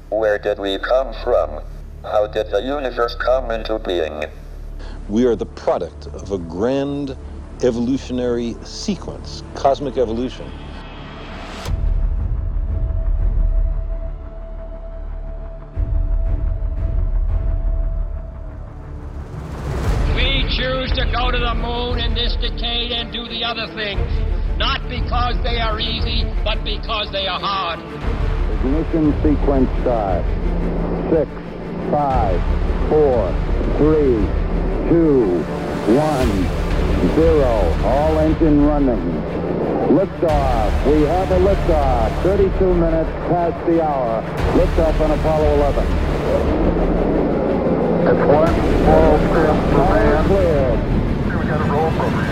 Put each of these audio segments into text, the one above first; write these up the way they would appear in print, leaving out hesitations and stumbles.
Where did we come from? How did the universe come into being? We are the product of a grand evolutionary sequence, cosmic evolution. We choose to go to the moon in this decade and do the other things, not because they are easy, but because they are hard. Ignition sequence start. 6, 5, 4, 3, 2, 1, 0. All engine running. Liftoff. We have a liftoff. 32 minutes past the hour. Liftoff on Apollo 11. It's one small step for man. Cleared. We got a roll program.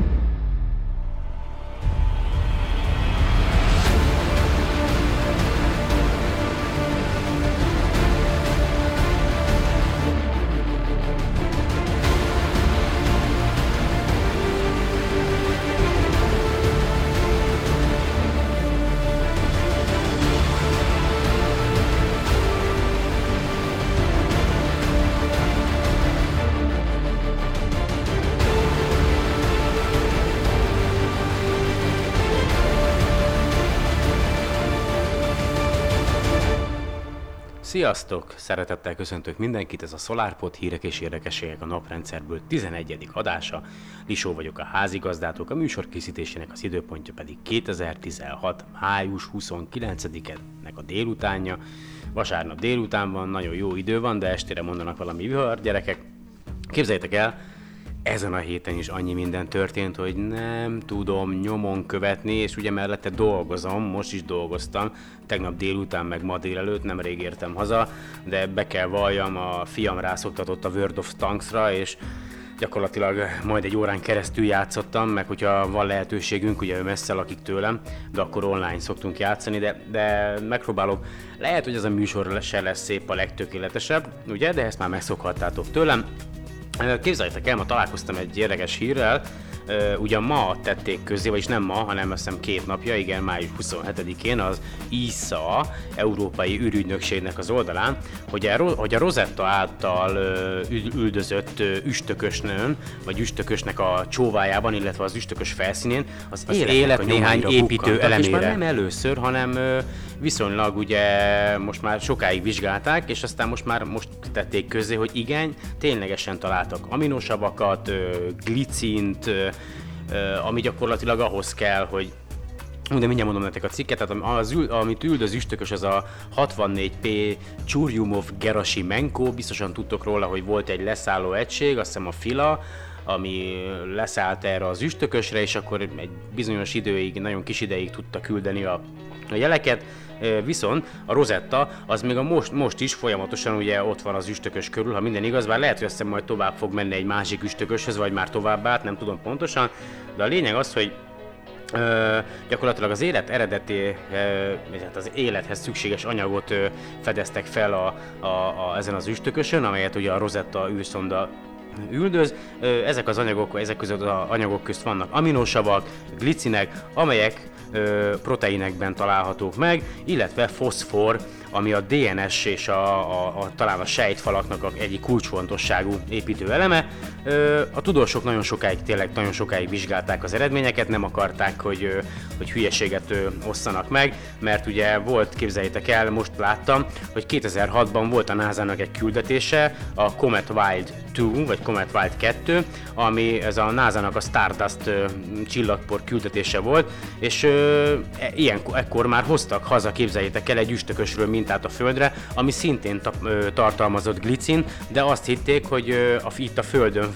Sziasztok! Szeretettel köszöntök mindenkit, ez a SolarPod hírek és érdekességek a naprendszerből 11. adása. Lisó vagyok, a házigazdátok, a műsor készítésének az időpontja pedig 2016. május 29-nek a délutánja. Vasárnap délután van, nagyon jó idő van, de estére mondanak valami vihar, gyerekek. Képzeljétek el, ezen a héten is annyi minden történt, hogy nem tudom nyomon követni, és ugye mellette dolgozom, most is dolgoztam, tegnap délután meg ma délelőtt, nemrég értem haza, de be kell valljam, a fiam rászoktatott a World of Tanksra, és gyakorlatilag majd egy órán keresztül játszottam, meg hogyha van lehetőségünk, ugye ő messze lakik tőlem, de akkor online szoktunk játszani, de megpróbálok. Lehet, hogy ez a műsor se lesz szép a legtökéletesebb, ugye, de ezt már megszokhattátok tőlem. Képzeljétek el, ma találkoztam egy érdekes hírrel, ugyan ma tették közzé, vagyis nem ma, hanem azt hiszem 2 napja, igen, május 27-én az ESA, Európai űrügynökségnek az oldalán, hogy a Rosetta által üldözött üstökösnön, vagy üstökösnek a csóvájában, illetve az üstökös felszínén az élet néhány építő elemére. És már nem először, hanem viszonylag ugye most már sokáig vizsgálták, és aztán most tették közzé, hogy igen, ténylegesen találtak aminosavakat, glicint, ami gyakorlatilag ahhoz kell, hogy de mindjárt mondom nektek a cikket, tehát amit üldöz üstökös, az a 64P Churyumov-Gerasimenko, biztosan tudtok róla, hogy volt egy leszálló egység, azt hiszem a Fila, ami leszállt erre az üstökösre, és akkor egy bizonyos időig, nagyon kis ideig tudta küldeni a jeleket, viszont a Rosetta az még most is folyamatosan ugye ott van az üstökös körül, ha minden igaz, bár lehet, hogy azt hiszem majd tovább fog menni egy másik üstököshöz, vagy már tovább át, nem tudom pontosan, de a lényeg az, hogy gyakorlatilag az élet eredeti, hát az élethez szükséges anyagot fedeztek fel ezen az üstökösön, amelyet ugye a Rosetta űrszonda üldöz. Ezek az anyagok, ezek között az anyagok közt vannak aminosavak, glicinek, amelyek proteinekben találhatók meg, illetve foszfor, ami a DNS és talán a sejtfalaknak egyik kulcsfontosságú építő eleme. A tudósok nagyon sokáig vizsgálták az eredményeket, nem akarták, hogy hülyeséget osszanak meg, mert ugye volt, képzeljétek el, most láttam, hogy 2006-ban volt a NASA-nak egy küldetése, a Comet Wild 2, vagy Comet Wild 2, ami ez a NASA-nak a Stardust csillagpor küldetése volt, és ekkor már hoztak haza, képzeljétek el, egy üstökösről mintát a Földre, ami szintén tartalmazott glicin, de azt hitték, hogy itt a Földön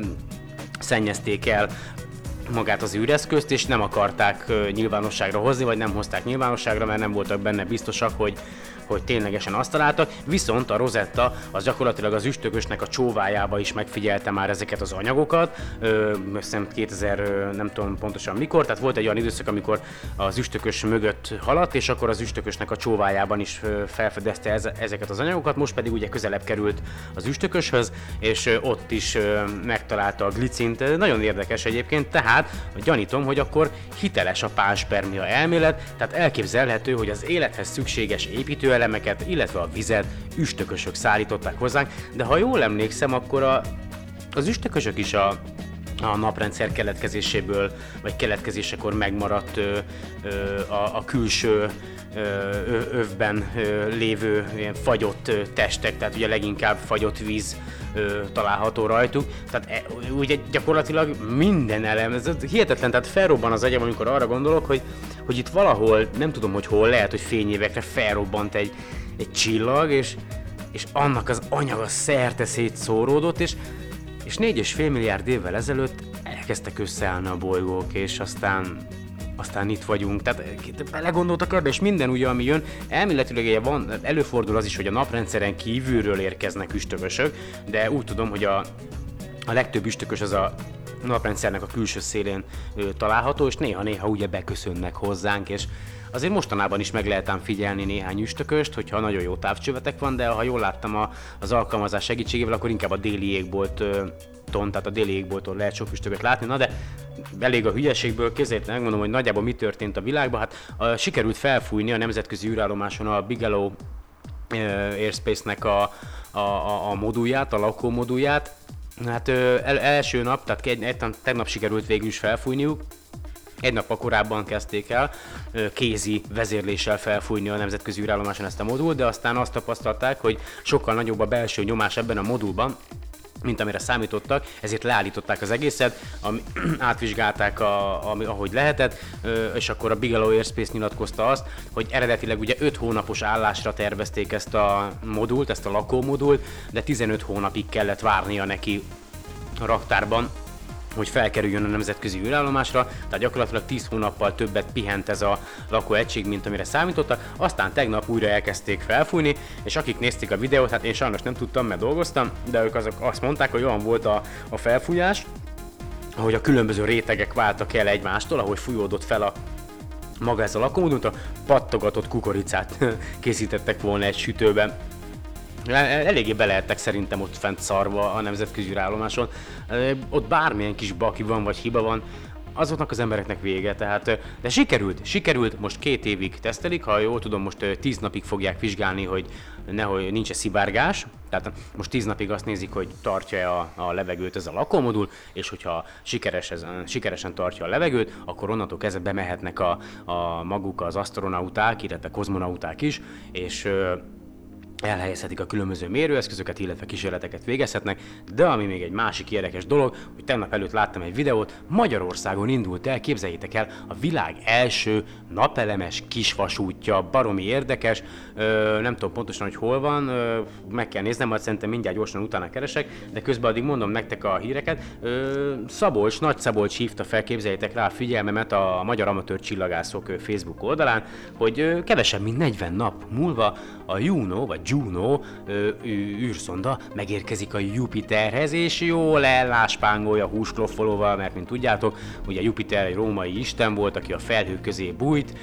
szennyezték el magát az űreszközt, és nem akarták nyilvánosságra hozni, vagy nem hozták nyilvánosságra, mert nem voltak benne biztosak, hogy ténylegesen azt találtak, viszont a Rosetta az gyakorlatilag az üstökösnek a csóvájába is megfigyelte már ezeket az anyagokat, hiszem 2000, nem tudom pontosan mikor, tehát volt egy olyan időszak, amikor az üstökös mögött haladt, és akkor az üstökösnek a csóvájában is felfedezte ezeket az anyagokat, most pedig ugye közelebb került az üstököshöz, és ott is megtalálta a glicint, nagyon érdekes egyébként, tehát Tehát gyanítom, hogy akkor hiteles a pánspermia elmélet, tehát elképzelhető, hogy az élethez szükséges építőelemeket, illetve a vizet üstökösök szállították hozzánk, de ha jól emlékszem, akkor az üstökösök is a naprendszer keletkezéséből, vagy keletkezésekor megmaradt a külső övben lévő ilyen fagyott testek, tehát ugye leginkább fagyott víz található rajtuk. Tehát ugye gyakorlatilag minden elem, ez hihetetlen, tehát felrobban az agyam, amikor arra gondolok, hogy itt valahol, nem tudom, hogy hol, lehet, hogy fényévekre felrobbant egy csillag, és annak az anyaga szerte szétszóródott, és 4,5 milliárd évvel ezelőtt elkezdtek összeállni a bolygók, és aztán itt vagyunk. Tehát belegondoltak ebbe, és minden ugye, ami jön, elméletileg előfordul az is, hogy a naprendszeren kívülről érkeznek üstökösök, de úgy tudom, hogy a legtöbb üstökös az a naprendszernek a külső szélén található, és néha-néha ugye beköszönnek hozzánk, és azért mostanában is meg lehet ám figyelni néhány üstököst, hogyha nagyon jó távcsövetek van, de ha jól láttam az alkalmazás segítségével, akkor inkább a déli égbolton, tehát a déli égbolton lehet sok üstököt látni. Na de elég a hülyeségből, képzeljétek, megmondom, hogy nagyjából mi történt a világban. Hát sikerült felfújni a nemzetközi űrállomáson a Bigelow Airspace-nek a modulját, a lakómodulját. Hát első nap, tehát tegnap sikerült végül is felfújniuk. Egy nappal korábban kezdték el kézi vezérléssel felfújni a nemzetközi űrállomáson ezt a modult, de aztán azt tapasztalták, hogy sokkal nagyobb a belső nyomás ebben a modulban, mint amire számítottak, ezért leállították az egészet, átvizsgálták ahogy lehetett, és akkor a Bigelow Airspace nyilatkozta azt, hogy eredetileg ugye 5 hónapos állásra tervezték ezt a modult, ezt a lakómodult, de 15 hónapig kellett várnia neki a raktárban, hogy felkerüljön a nemzetközi űrállomásra, tehát gyakorlatilag 10 hónappal többet pihent ez a lakóegység, mint amire számítottak, aztán tegnap újra elkezdték felfújni, és akik nézték a videót, hát én sajnos nem tudtam, mert dolgoztam, de ők azok azt mondták, hogy olyan volt a felfújás, ahogy a különböző rétegek váltak el egymástól, ahogy fújódott fel maga ez a lakómodul, a pattogatott kukoricát készítettek volna egy sütőben. Eléggé belehettek szerintem ott fent szarva a nemzetközi űrállomáson. Ott bármilyen kis baki van, vagy hiba van, azoknak az embereknek vége, tehát, de sikerült, most 2 évig tesztelik, ha jól tudom, most 10 napig fogják vizsgálni, hogy nehogy nincs-e szivárgás, tehát most 10 napig azt nézik, hogy tartja a levegőt ez a lakómodul, és hogyha sikeresen tartja a levegőt, akkor onnantól kezdve bemehetnek maguk az asztronauták, illetve kozmonauták is, és elhelyezhetik a különböző mérőeszközöket, illetve kísérleteket végezhetnek, de ami még egy másik érdekes dolog, hogy tegnap előtt láttam egy videót, Magyarországon indult el, képzeljétek el, a világ első napelemes kisvasútja, baromi érdekes, nem tudom pontosan, hogy hol van, meg kell néznem, majd szerintem mindjárt gyorsan utána keresek, de közben addig mondom nektek a híreket. Nagy Szabolcs hívta fel, képzeljétek rá a figyelmemet a Magyar Amatőr Csillagászok Facebook oldalán, hogy kevesebb mint 40 nap múlva a Juno űrszonda megérkezik a Jupiterhez, és jól elláspángolja húskloffolóval, mert mint tudjátok, ugye Jupiter egy római isten volt, aki a felhők közé bújt,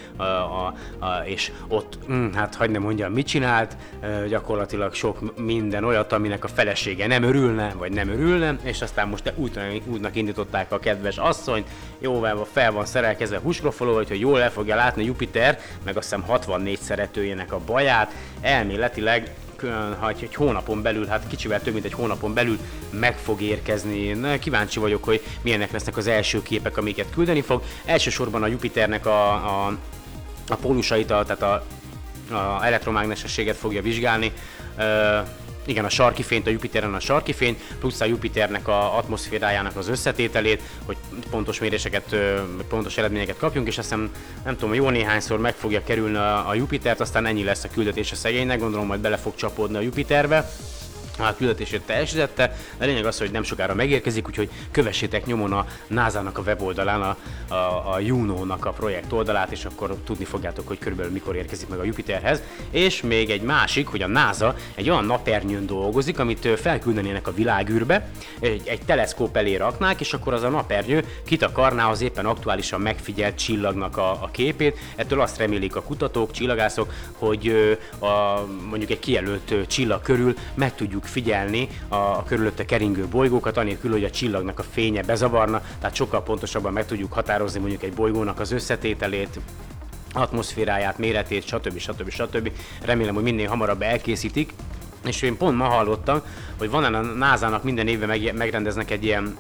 és ott, hát hagyd ne mondjam, mit csinált, gyakorlatilag sok minden olyat, aminek a felesége nem örülne, és aztán most útnak indították a kedves asszonyt, jóval fel van szerelkezve húskloffolóval, hogy jól el fogja látni Jupiter, meg azt hiszem 64 szeretőjének a baját, elméletileg egy hónapon belül, hát kicsivel több mint egy hónapon belül meg fog érkezni. Kíváncsi vagyok, hogy milyenek lesznek az első képek, amiket küldeni fog. Elsősorban a Jupiternek a pólusait, tehát a elektromágnesességet fogja vizsgálni. Igen, a sarki fényt, a Jupiteren a sarki fényt, plusz a Jupiternek a atmoszférájának az összetételét, hogy pontos méréseket, pontos eredményeket kapjunk, és azt hiszem, nem tudom, jó néhányszor meg fogja kerülni a Jupitert, aztán ennyi lesz a küldetés a szegénynek, gondolom majd bele fog csapódni a Jupiterbe. A küldetését teljesítette, de lényeg az, hogy nem sokára megérkezik, úgyhogy kövessétek nyomon a NASA-nak a weboldalán a Juno-nak a projekt oldalát, és akkor tudni fogjátok, hogy körülbelül mikor érkezik meg a Jupiterhez. És még egy másik, hogy a NASA egy olyan napernyőn dolgozik, amit felküldenének a világűrbe, egy teleszkóp elé raknák, és akkor az a napernyő kitakarná az éppen aktuálisan megfigyelt csillagnak a képét. Ettől azt remélik a kutatók, csillagászok, hogy mondjuk egy kijelölt csillag körül meg tudjuk figyelni a körülötte keringő bolygókat, anélkül, hogy a csillagnak a fénye bezavarna, tehát sokkal pontosabban meg tudjuk határozni mondjuk egy bolygónak az összetételét, atmoszféráját, méretét, stb. Remélem, hogy minél hamarabb elkészítik. És én pont ma hallottam, hogy van a NASA-nak minden évben megrendeznek egy ilyen,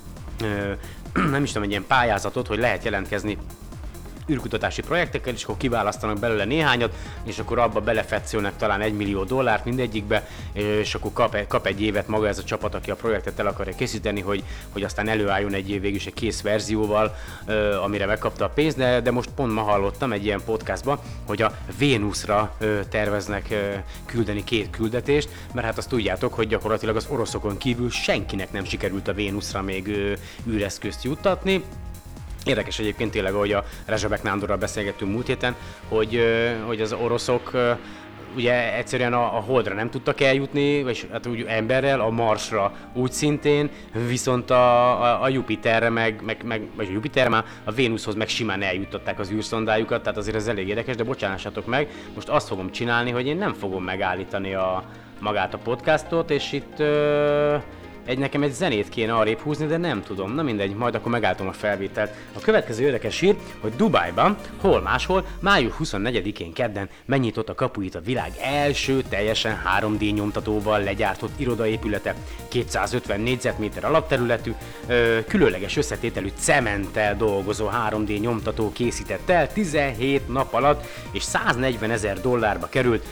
nem is tudom, egy ilyen pályázatot, hogy lehet jelentkezni űrkutatási projektekkel, és akkor kiválasztanak belőle néhányat, és akkor abba belefetszölnek talán $1 millió mindegyikbe, és akkor kap egy évet maga ez a csapat, aki a projektet el akarja készíteni, hogy aztán előálljon végül is egy kész verzióval, amire megkapta a pénzt, de most pont ma hallottam egy ilyen podcastban, hogy a Vénuszra terveznek küldeni 2 küldetést, mert hát azt tudjátok, hogy gyakorlatilag az oroszokon kívül senkinek nem sikerült a Vénuszra még űreszközt juttatni. Érdekes egyébként tényleg, ahogy a Rezsebek Nándorral beszélgettünk múlt héten, hogy az oroszok ugye egyszerűen a Holdra nem tudtak eljutni, vagy hát úgy emberrel, a Marsra úgy szintén, viszont a Jupiterre vagy a Jupiter már a Vénuszhoz meg simán eljuttatták az űrszondájukat, tehát azért ez elég érdekes, de bocsánassatok meg, most azt fogom csinálni, hogy én nem fogom megállítani magát a podcastot, és itt nekem egy zenét kéne arrébb húzni, de nem tudom. Na mindegy, majd akkor megálltom a felvételt. A következő érdekes hír, hogy Dubájban, hol máshol, május 24-én kedden megnyitott a kapuit a világ első teljesen 3D nyomtatóval legyártott irodaépülete. 250 négyzetméter alapterületű, különleges összetételű cementtel dolgozó 3D nyomtató készített el 17 nap alatt, és $140,000 került.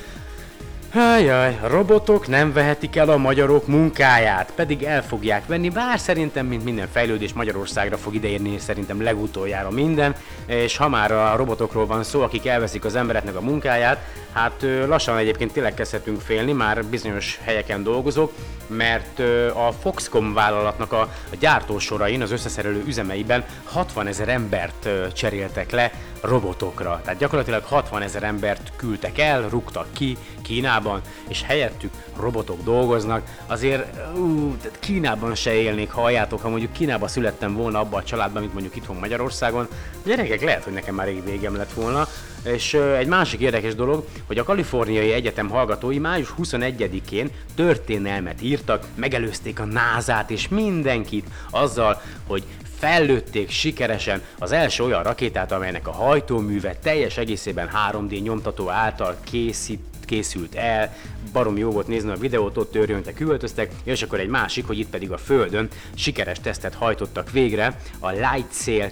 Hájjaj, a robotok nem vehetik el a magyarok munkáját, pedig el fogják venni, bár szerintem, mint minden fejlődés, Magyarországra fog ideérni, szerintem legutoljára minden, és ha már a robotokról van szó, akik elveszik az embereknek a munkáját, hát lassan egyébként tényleg kezdhetünk félni, már bizonyos helyeken dolgozok, mert a Foxconn vállalatnak a gyártósorain, az összeszerelő üzemeiben 60,000 embert cseréltek le robotokra. Tehát gyakorlatilag 60,000 embert küldtek el, rúgtak ki Kínában, és helyettük robotok dolgoznak. Azért Kínában se élnék, halljátok, ha mondjuk Kínában születtem volna abban a családban, mint mondjuk itthon Magyarországon. Gyerekek, lehet, hogy nekem már rég végem lett volna. És egy másik érdekes dolog, hogy a Kaliforniai Egyetem hallgatói május 21-én történelmet írtak, megelőzték a NASA-t és mindenkit azzal, hogy fellőtték sikeresen az első olyan rakétát, amelynek a hajtóműve teljes egészében 3D nyomtató által készült el. Baromi jó volt nézni a videót, ott őrjöntek, üvöltöztek, és akkor egy másik, hogy itt pedig a Földön sikeres tesztet hajtottak végre a Lightsail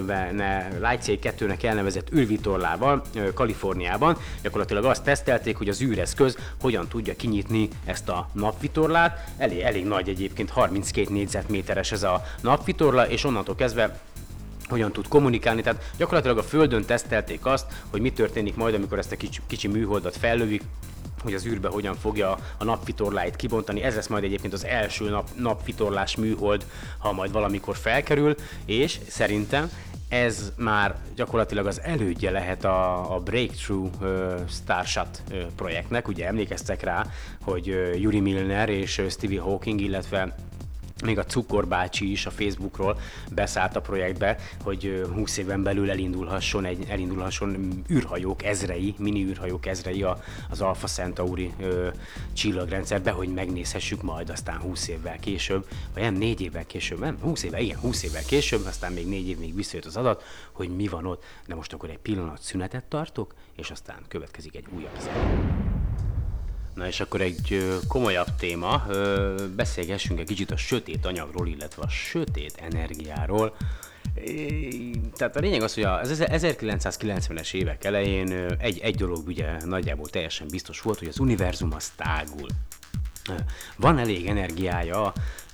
2-nek elnevezett űrvitorlával Kaliforniában. Gyakorlatilag azt tesztelték, hogy az űreszköz hogyan tudja kinyitni ezt a napvitorlát. Elég nagy egyébként, 32 négyzetméteres ez a napvitorla, és onnantól kezdve hogyan tud kommunikálni, tehát gyakorlatilag a Földön tesztelték azt, hogy mi történik majd, amikor ezt a kicsi műholdat fellövik, hogy az űrbe hogyan fogja a napvitorláit kibontani. Ez lesz majd egyébként az első napvitorlás műhold, ha majd valamikor felkerül, és szerintem ez már gyakorlatilag az elődje lehet a Breakthrough Starshot projektnek. Ugye emlékeztek rá, hogy Yuri Milner és Stephen Hawking, illetve még a Cukor bácsi is a Facebookról beszállt a projektbe, hogy 20 éven belül elindulhasson űrhajók ezrei, mini űrhajók ezrei az Alpha Centauri csillagrendszerbe, hogy megnézhessük majd aztán 20 évvel később, vagy nem 4 évvel később, nem 20 évvel később, aztán még 4 év még visszajött az adat, hogy mi van ott. De most akkor egy pillanat szünetet tartok, és aztán következik egy újabb zene. Na és akkor egy komolyabb téma, beszélgessünk egy kicsit a sötét anyagról, illetve a sötét energiáról. Tehát a lényeg az, hogy az 1990-es évek elején egy dolog ugye nagyjából teljesen biztos volt, hogy az univerzum az tágul. Van elég energiája,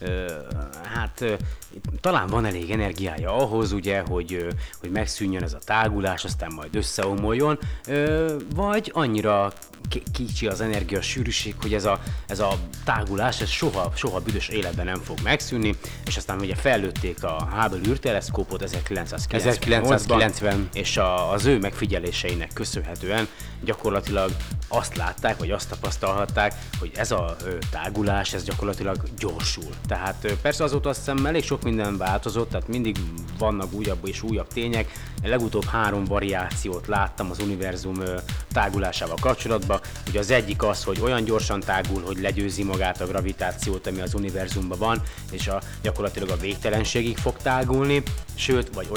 talán van elég energiája ahhoz, ugye, hogy megszűnjön ez a tágulás, aztán majd összeomoljon, vagy annyira kicsi az energia sűrűség, hogy ez a tágulás ez soha büdös életben nem fog megszűnni, és aztán ugye fellőtték a Hubble űrteleszkópot 1990, és az ő megfigyeléseinek köszönhetően gyakorlatilag azt látták, vagy azt tapasztalhatták, hogy ez a tágulás, ez gyakorlatilag gyorsul. Tehát persze azóta azt hiszem elég sok minden változott, tehát mindig vannak újabb és újabb tények. Legutóbb 3 variációt láttam az univerzum tágulásával kapcsolatban. irányba. Ugye az egyik az, hogy olyan gyorsan tágul, hogy legyőzi magát a gravitációt, ami az univerzumban van, és gyakorlatilag a végtelenségig fog tágulni, sőt, vagy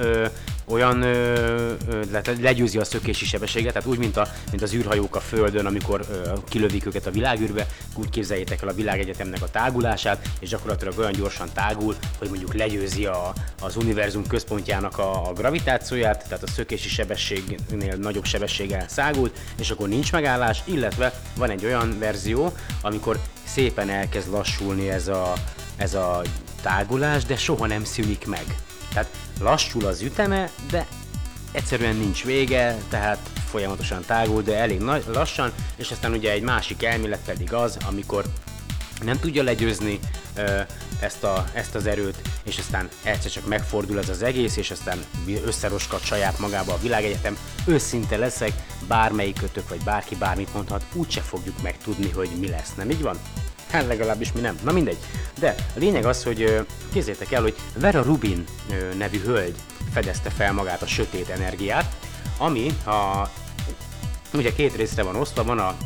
legyőzi a szökési sebességet, tehát úgy, mint az űrhajók a Földön, amikor kilövik őket a világűrbe, úgy képzeljétek el a világegyetemnek a tágulását, és gyakorlatilag olyan gyorsan tágul, hogy mondjuk legyőzi az univerzum központjának a gravitációját, tehát a szökési sebességnél nagyobb sebességgel szágult, és akkor nincs megállás, illetve van egy olyan verzió, amikor szépen elkezd lassulni ez a tágulás, de soha nem szűnik meg. Tehát lassul az üteme, de egyszerűen nincs vége, tehát folyamatosan tágul, de elég lassan, és aztán ugye egy másik elmélet pedig az, amikor nem tudja legyőzni ezt az erőt, és aztán egyszer csak megfordul ez az egész, és aztán összeroskad saját magába a világegyetem. Őszinte leszek, bármelyikőtök vagy bárki bármit mondhat, úgyse fogjuk megtudni, hogy mi lesz, nem így van? Hát legalábbis mi nem. Na mindegy. De a lényeg az, hogy képzeljétek el, hogy Vera Rubin nevű hölgy fedezte fel magát a sötét energiát, ami ugye két részre van osztva, van a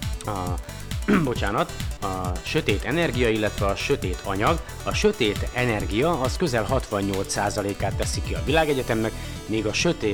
sötét energia, illetve a sötét anyag. A sötét energia az közel 68%-át teszi ki a világegyetemnek, míg a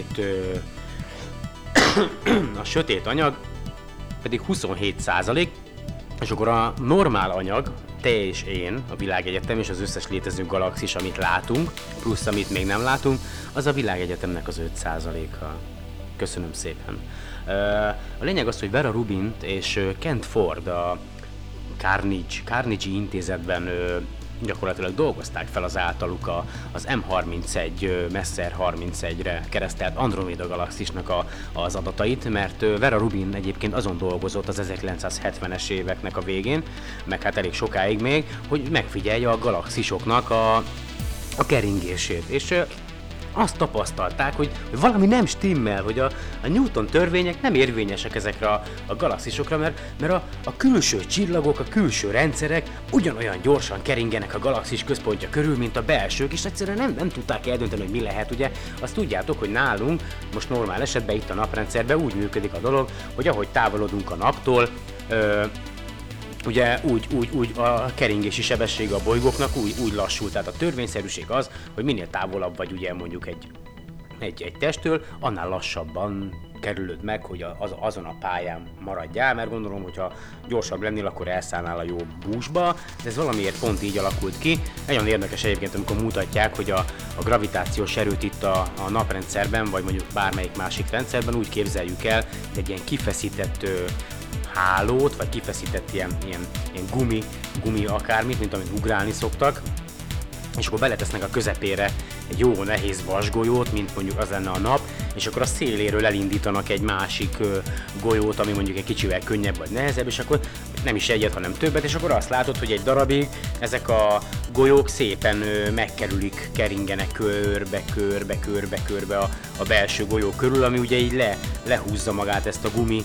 sötét anyag pedig 27%, és akkor a normál anyag, te és én, a világegyetem és az összes létező galaxis, amit látunk, plusz amit még nem látunk, az a világegyetemnek az 5%-a. Köszönöm szépen. A lényeg az, hogy Vera Rubint és Kent Ford a Carnegie intézetben gyakorlatilag dolgozták fel az általuk az M31 Messer 31-re keresztelt Andromeda galaxisnak az adatait, mert Vera Rubin egyébként azon dolgozott az 1970-es éveknek a végén, meg hát elég sokáig még, hogy megfigyelje a galaxisoknak a keringését. És azt tapasztalták, hogy valami nem stimmel, hogy a Newton törvények nem érvényesek ezekre a galaxisokra, mert a külső csillagok, a külső rendszerek ugyanolyan gyorsan keringenek a galaxis központja körül, mint a belsők, és egyszerűen nem tudták eldönteni, hogy mi lehet. Ugye azt tudjátok, hogy nálunk most normál esetben itt a naprendszerben úgy működik a dolog, hogy ahogy távolodunk a naptól, ugye úgy a keringési sebessége a bolygóknak úgy lassul, tehát a törvényszerűség az, hogy minél távolabb vagy ugye mondjuk egy testtől, annál lassabban kerülöd meg, hogy azon a pályán maradjál, mert gondolom, hogyha gyorsabb lennél, akkor elszállnál a jó búzsba, de ez valamiért pont így alakult ki. Nagyon érdekes egyébként, amikor mutatják, hogy a gravitációs erőt itt a naprendszerben, vagy mondjuk bármelyik másik rendszerben úgy képzeljük el, egy ilyen kifeszített hálót, vagy kifeszített ilyen gumi akármit, mint amit ugrálni szoktak, és akkor beletesznek a közepére egy jó nehéz vasgolyót, mint mondjuk az lenne a nap, és akkor a széléről elindítanak egy másik golyót, ami mondjuk egy kicsivel könnyebb vagy nehezebb, és akkor nem is egyet, hanem többet, és akkor azt látod, hogy egy darabig ezek a golyók szépen megkerülik, keringenek körbe a belső golyó körül, ami ugye így lehúzza magát ezt a gumi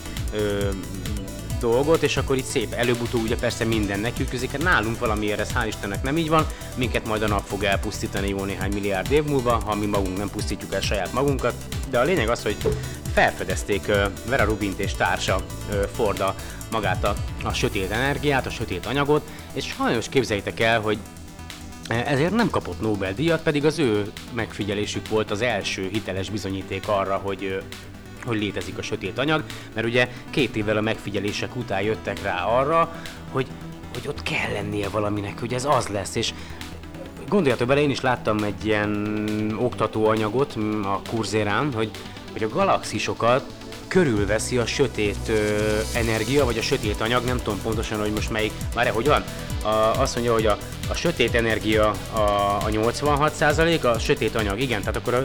dolgot, és akkor itt szép előbb-utóbb ugye persze mindennek ütközik, hát nálunk valamiért ez hál' Istennek nem így van, minket majd a nap fog elpusztítani jó néhány milliárd év múlva, ha mi magunk nem pusztítjuk el saját magunkat, de a lényeg az, hogy felfedezték Vera Rubint és társa Ford magát a sötét energiát, a sötét anyagot, és sajnos képzeljétek el, hogy ezért nem kapott Nobel-díjat, pedig az ő megfigyelésük volt az első hiteles bizonyíték arra, hogy létezik a sötét anyag, mert ugye 2 évvel a megfigyelések után jöttek rá arra, hogy ott kell lennie valaminek, hogy ez az lesz, és gondoljatok bele, én is láttam egy ilyen oktatóanyagot a Coursérán, hogy a galaxisokat körülveszi a sötét energia, vagy a sötét anyag, nem tudom pontosan, hogy most melyik, hogy van? Azt mondja, hogy a sötét energia a 86%, a sötét anyag, igen, tehát akkor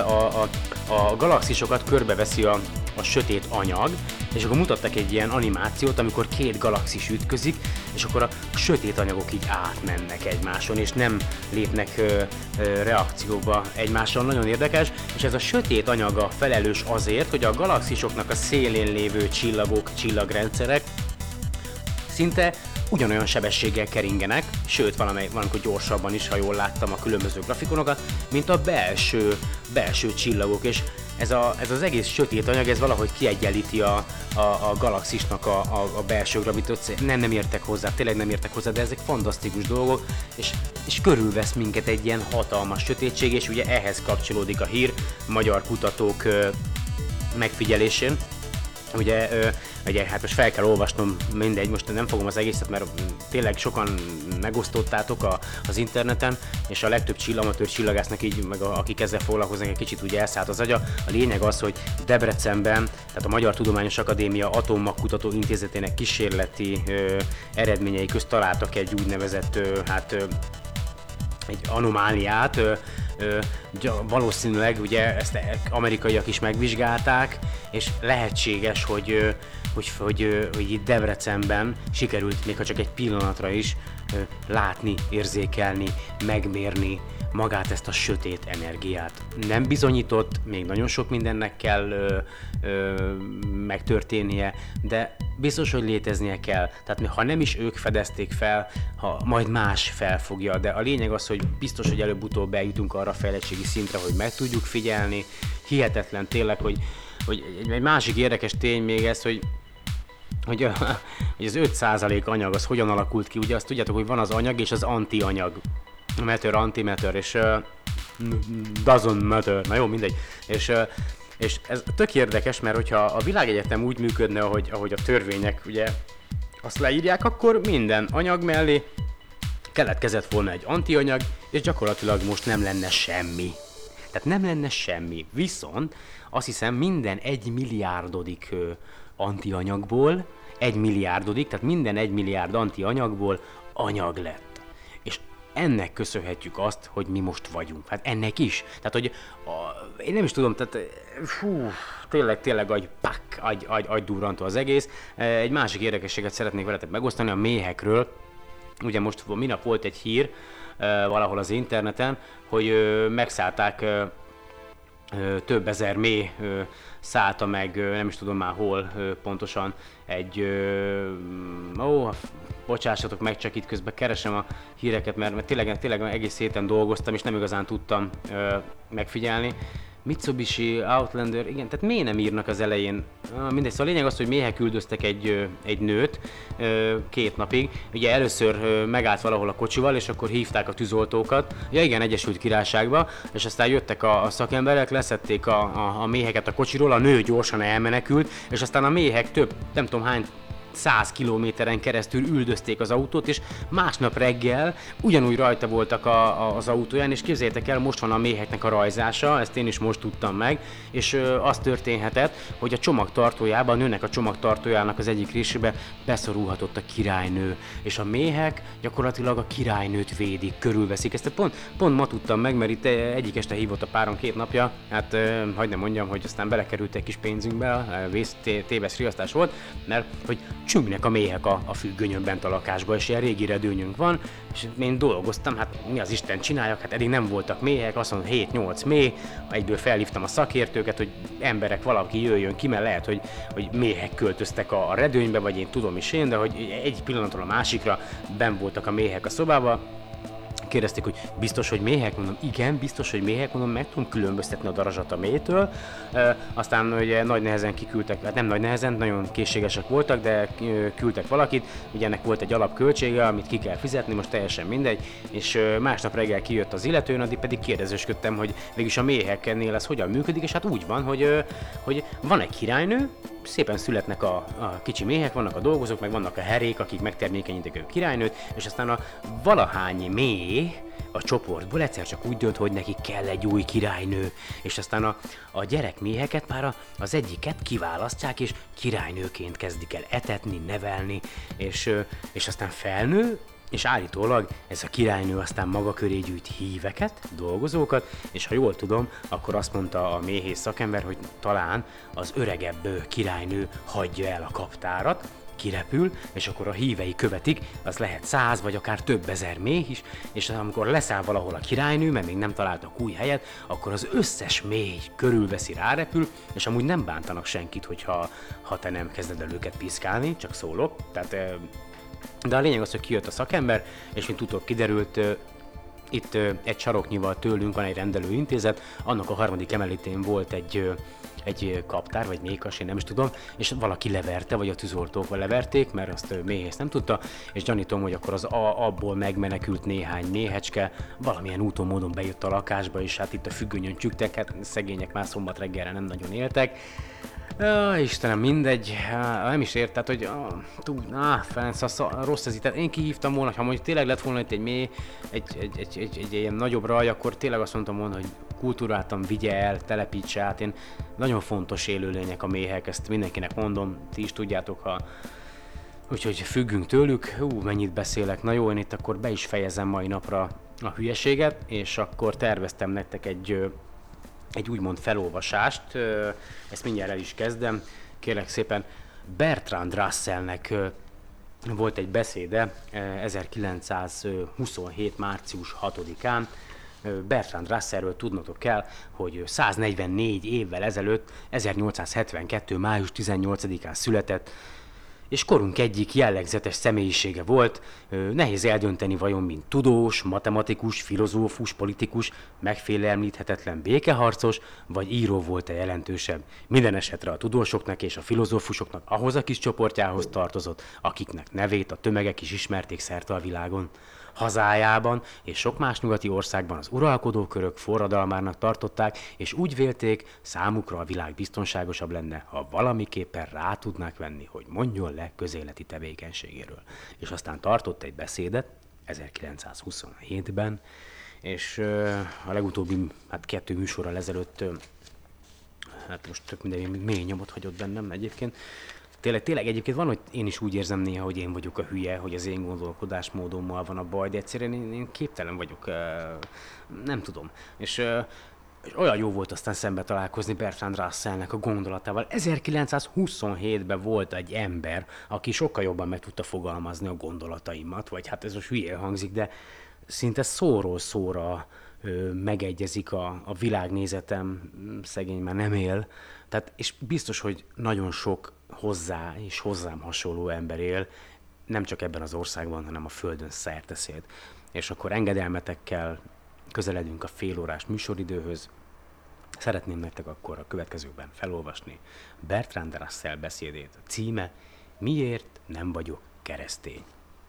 a galaxisokat körbeveszi a sötét anyag, és akkor mutattak egy ilyen animációt, amikor 2 galaxis ütközik, és akkor a sötét anyagok így átmennek egymáson, és nem lépnek reakcióba egymással. Nagyon érdekes, és ez a sötét anyaga felelős azért, hogy a galaxisoknak a szélén lévő csillagok, csillagrendszerek szinte ugyanolyan sebességgel keringenek, sőt valamikor gyorsabban is, ha jól láttam a különböző grafikonokat, mint a belső csillagok, és ez az egész sötét anyag, ez valahogy kiegyenlíti a galaxisnak a belső gravitációt. Nem értek hozzá, tényleg nem értek hozzá, de ezek fantasztikus dolgok, és körülvesz minket egy ilyen hatalmas sötétség, és ugye ehhez kapcsolódik a hír magyar kutatók megfigyelésén. Ugye hát most fel kell olvasnom, mindegy, most nem fogom az egészet, mert tényleg sokan megosztottátok az interneten, és a legtöbb amatőr csillagásznak így, meg akik ezzel foglalkoznak, egy kicsit úgy elszállt az agya. A lényeg az, hogy Debrecenben, tehát a Magyar Tudományos Akadémia Atommagkutató Intézetének kísérleti eredményei közt találtak egy úgynevezett egy anomáliát, valószínűleg ugye ezt amerikaiak is megvizsgálták, és lehetséges, hogy itt Debrecenben sikerült még ha csak egy pillanatra is látni, érzékelni, megmérni magát ezt a sötét energiát. Nem bizonyított, még nagyon sok mindennek kell megtörténnie, de biztos, hogy léteznie kell. Tehát ha nem is ők fedezték fel, ha majd más felfogja, de a lényeg az, hogy biztos, hogy előbb-utóbb eljutunk arra a fejlettségi szintre, hogy meg tudjuk figyelni. Hihetetlen tényleg, hogy egy másik érdekes tény még ez, hogy az 5% anyag az hogyan alakult ki. Ugye azt tudjátok, hogy van az anyag és az antianyag. Matter, antimatter, és doesn't matter, na jó, mindegy. És ez tök érdekes, mert hogyha a világegyetem úgy működne, ahogy a törvények ugye azt leírják, akkor minden anyag mellé keletkezett volna egy antianyag, és gyakorlatilag most nem lenne semmi. Tehát nem lenne semmi. Viszont azt hiszem minden 1 milliárdodik antianyagból, 1 milliárdodik, tehát minden 1 milliárd antianyagból anyag lett. És ennek köszönhetjük azt, hogy mi most vagyunk. Hát ennek is. Tehát, hogy én nem is tudom, tehát tényleg agydurrantó az egész. Egy másik érdekességet szeretnék veletek megosztani a méhekről. Ugye most minap volt egy hír valahol az interneten, hogy megszállták több ezer méh szállta meg, nem is tudom már hol pontosan, egy... bocsássatok meg, csak itt közben keresem a híreket, mert tényleg egész héten dolgoztam, és nem igazán tudtam megfigyelni. Mitsubishi Outlander, igen, tehát miért nem írnak az elején? Mindegy, szóval a lényeg az, hogy méhek üldöztek egy nőt 2 napig. Ugye először megállt valahol a kocsival, és akkor hívták a tűzoltókat. Ja igen, Egyesült Királyságba, és aztán jöttek a szakemberek, leszették a méheket a kocsiról, a nő gyorsan elmenekült, és aztán a méhek több, nem tudom hány 100 kilométeren keresztül üldözték az autót, és másnap reggel ugyanúgy rajta voltak az autóján, és képzeljétek el, most van a méheknek a rajzása, ezt én is most tudtam meg, és az történhetett, hogy a csomagtartójában, a nőnek a csomagtartójának az egyik részébe beszorulhatott a királynő, és a méhek gyakorlatilag a királynőt védik, körülveszik. Ezt pont ma tudtam meg, mert itt egyik este hívott a párom 2 napja, hát hagyd ne mondjam, hogy aztán belekerült egy kis pénzünkbe, téves riasztás volt, mert hogy csüngnek a méhek a függönyön bent a lakásba, és ilyen régi redőnyünk van, és én dolgoztam, hát mi az Isten csináljak, hát eddig nem voltak méhek, azt mondom 7-8 méh, egyből felhívtam a szakértőket, hogy emberek, valaki jöjjön ki, mert lehet, hogy méhek költöztek a redőnybe, vagy én tudom is én, de hogy egy pillanatról a másikra benn voltak a méhek a szobába. Kérdezték, hogy biztos, hogy méhek? Mondom, igen, biztos, hogy méhek, mondom, meg tudom különböztetni a darazsat a méhtől. Aztán ugye nagy nehezen kiküldtek, hát nem nagy nehezen, nagyon készségesek voltak, de küldtek valakit, ugye ennek volt egy alapköltsége, amit ki kell fizetni, most teljesen mindegy, és másnap reggel kijött az illetőn, addig pedig kérdezősködtem, hogy végülis a méheknél ez hogyan működik, és hát úgy van, hogy van egy királynő, szépen születnek a kicsi méhek, vannak a dolgozók, meg vannak a herék, akik megtermékenyítik a királynőt, és aztán a valahány méh a csoportból egyszer csak úgy dönt, hogy neki kell egy új királynő, és aztán a gyerekméheket már az egyiket kiválasztják, és királynőként kezdik el etetni, nevelni, és aztán felnő, és állítólag ez a királynő aztán maga köré gyűjt híveket, dolgozókat, és ha jól tudom, akkor azt mondta a méhész szakember, hogy talán az öregebb királynő hagyja el a kaptárat, kirepül, és akkor a hívei követik, az lehet 100 vagy akár több ezer méh is, és amikor leszáll valahol a királynő, mert még nem találtak új helyet, akkor az összes méh körülveszi, rárepül, és amúgy nem bántanak senkit, hogyha te nem kezded el őket piszkálni, csak szólok, tehát de a lényeg az, hogy kijött a szakember, és mint utóbb kiderült, Itt egy saroknyival tőlünk van egy rendelőintézet, annak a harmadik emelítén volt egy kaptár, vagy mékas, én nem is tudom, és valaki leverte, vagy a tűzoltók leverték, mert azt méhész nem tudta, és gyanítom, hogy akkor az abból megmenekült néhány méhecske, valamilyen úton módon bejött a lakásba, és hát itt a függönyön csügtek, hát szegények már szombat reggelre nem nagyon éltek. Istenem, mindegy, nem is ért, tehát hogy Ferenc, rossz ez itt, tehát én kihívtam volna, ha mondjuk tényleg lett volna itt egy mély, egy ilyen nagyobb raj, akkor tényleg azt mondtam volna, hogy kultúráltan vigye el, telepítse át, én nagyon fontos élőlények a méhek, ezt mindenkinek mondom, ti is tudjátok, úgyhogy függünk tőlük, mennyit beszélek, na jó, én itt akkor be is fejezem mai napra a hülyeséget, és akkor terveztem nektek egy úgymond felolvasást, ezt mindjárt el is kezdem, kérlek szépen. Bertrand Russellnek volt egy beszéde 1927. március 6-án. Bertrand Russellről tudnotok kell, hogy 144 évvel ezelőtt, 1872. május 18-án született, és korunk egyik jellegzetes személyisége volt, nehéz eldönteni vajon mint tudós, matematikus, filozófus, politikus, megfélemlíthetetlen békeharcos, vagy író volt-e jelentősebb. Minden esetre a tudósoknak és a filozófusoknak ahhoz a kis csoportjához tartozott, akiknek nevét a tömegek is ismerték szerte a világon. Hazájában és sok más nyugati országban az uralkodó körök forradalmának tartották, és úgy vélték, számukra a világ biztonságosabb lenne, ha valamiképpen rá tudnák venni, hogy mondjon le közéleti tevékenységéről. És aztán tartott egy beszédet 1927-ben, és a legutóbbi 2 műsorral ezelőtt, most tök minden mély nyomot hagyott bennem egyébként. Tényleg egyébként van, hogy én is úgy érzem néha, hogy én vagyok a hülye, hogy az én gondolkodásmódommal van a baj, de egyszerűen én képtelen vagyok, nem tudom. És olyan jó volt aztán szembe találkozni Bertrand Russellnek a gondolatával. 1927-ben volt egy ember, aki sokkal jobban meg tudta fogalmazni a gondolataimat, vagy hát ez most hülye hangzik, de szinte szóról szóra megegyezik a világnézetem, szegény már nem él. Tehát, és biztos, hogy nagyon sok hozzá és hozzám hasonló ember él, nem csak ebben az országban, hanem a földön szerteszéd. És akkor engedelmetekkel közeledünk a félórás műsoridőhöz. Szeretném nektek akkor a következőkben felolvasni Bertrand Russell beszédét. A címe: Miért nem vagyok keresztény?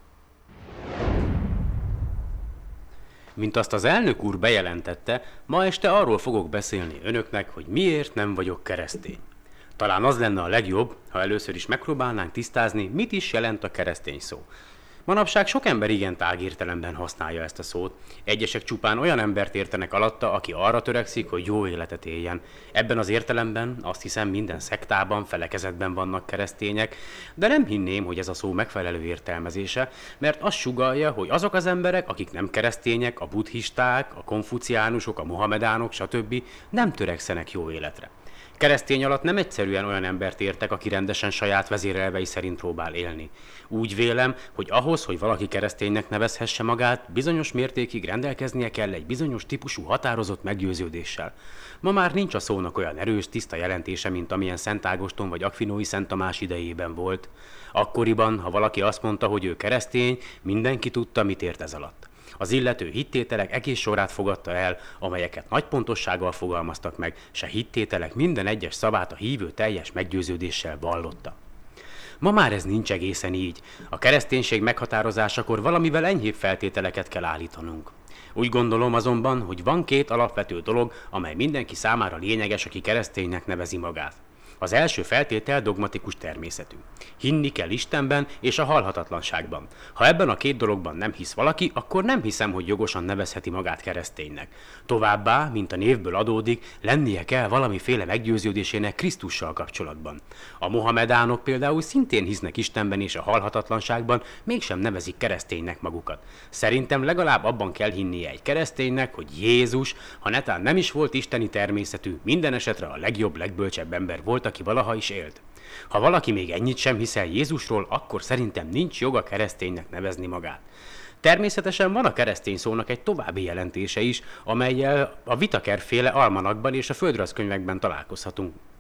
Mint azt az elnök úr bejelentette, ma este arról fogok beszélni önöknek, hogy miért nem vagyok keresztény. Talán az lenne a legjobb, ha először is megpróbálnánk tisztázni, mit is jelent a keresztény szó. Manapság sok ember igen tág értelemben használja ezt a szót. Egyesek csupán olyan embert értenek alatta, aki arra törekszik, hogy jó életet éljen. Ebben az értelemben azt hiszem minden szektában, felekezetben vannak keresztények, de nem hinném, hogy ez a szó megfelelő értelmezése, mert azt sugallja, hogy azok az emberek, akik nem keresztények, a buddhisták, a konfuciánusok, a mohamedánok, stb. Nem törekszenek jó életre. Keresztény alatt nem egyszerűen olyan embert értek, aki rendesen saját vezérelvei szerint próbál élni. Úgy vélem, hogy ahhoz, hogy valaki kereszténynek nevezhesse magát, bizonyos mértékig rendelkeznie kell egy bizonyos típusú határozott meggyőződéssel. Ma már nincs a szónak olyan erős, tiszta jelentése, mint amilyen Szent Ágoston vagy Akvinói Szent Tamás idejében volt. Akkoriban, ha valaki azt mondta, hogy ő keresztény, mindenki tudta, mit ért ez alatt. Az illető hittételek egész sorát fogadta el, amelyeket nagy pontossággal fogalmaztak meg, s a hittételek minden egyes szavát a hívő teljes meggyőződéssel vallotta. Ma már ez nincs egészen így. A kereszténység meghatározásakor valamivel enyhébb feltételeket kell állítanunk. Úgy gondolom azonban, hogy van 2 alapvető dolog, amely mindenki számára lényeges, aki kereszténynek nevezi magát. Az első feltétel dogmatikus természetű. Hinni kell Istenben és a halhatatlanságban. Ha ebben a 2 dologban nem hisz valaki, akkor nem hiszem, hogy jogosan nevezheti magát kereszténynek. Továbbá, mint a névből adódik, lennie kell valamiféle meggyőződésének Krisztussal kapcsolatban. A mohamedánok például szintén hisznek Istenben és a halhatatlanságban, mégsem nevezik kereszténynek magukat. Szerintem legalább abban kell hinnie egy kereszténynek, hogy Jézus, ha netán nem is volt isteni természetű, minden esetre a legjobb, legbölcsebb ember volt, aki valaha is élt. Ha valaki még ennyit sem hiszel Jézusról, akkor szerintem nincs joga kereszténynek nevezni magát. Természetesen van a keresztény szónak egy további jelentése is, amellyel a Whittaker-féle almanakban és a földrajzkönyvekben találkozhatunk.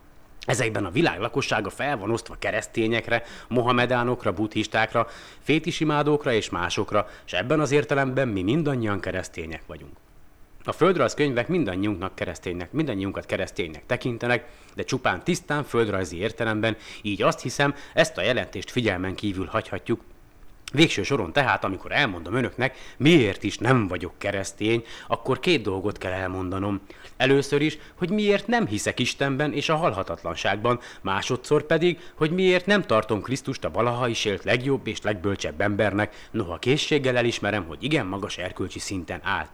Ezekben a világ lakossága fel van osztva keresztényekre, mohamedánokra, buddhistákra, fétisimádókra és másokra, és ebben az értelemben mi mindannyian keresztények vagyunk. A földrajzkönyvek mindannyiunkat kereszténynek tekintenek, de csupán tisztán földrajzi értelemben, így azt hiszem, ezt a jelentést figyelmen kívül hagyhatjuk. Végső soron tehát, amikor elmondom önöknek, miért is nem vagyok keresztény, akkor 2 dolgot kell elmondanom. Először is, hogy miért nem hiszek Istenben és a halhatatlanságban, másodszor pedig, hogy miért nem tartom Krisztust a valaha is élt legjobb és legbölcsebb embernek, noha készséggel elismerem, hogy igen magas erkölcsi szinten állt.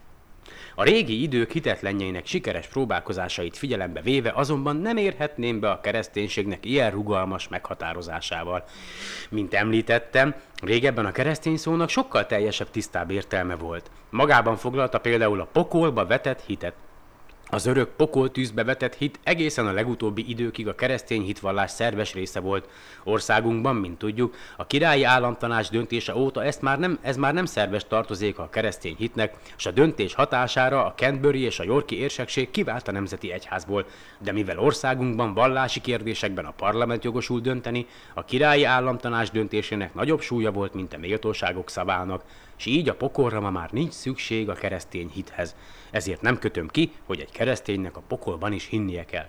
A régi idők hitetlenjeinek sikeres próbálkozásait figyelembe véve azonban nem érhetném be a kereszténységnek ilyen rugalmas meghatározásával. Mint említettem, régebben a keresztény szónak sokkal teljesebb, tisztább értelme volt. Magában foglalta például a pokolba vetett hitet. Az örök pokoltűzbe vetett hit egészen a legutóbbi időkig a keresztény hitvallás szerves része volt. Országunkban, mint tudjuk, a királyi államtanács döntése óta ez már nem szerves tartozéka a keresztény hitnek, és a döntés hatására a Canterbury és a Yorki érsekség kivált a nemzeti egyházból. De mivel országunkban vallási kérdésekben a parlament jogosult dönteni, a királyi államtanács döntésének nagyobb súlya volt, mint a méltóságok szavának, és így a pokolra ma már nincs szükség a keresztény hithez. Ezért nem kötöm ki, hogy egy kereszténynek a pokolban is hinnie kell.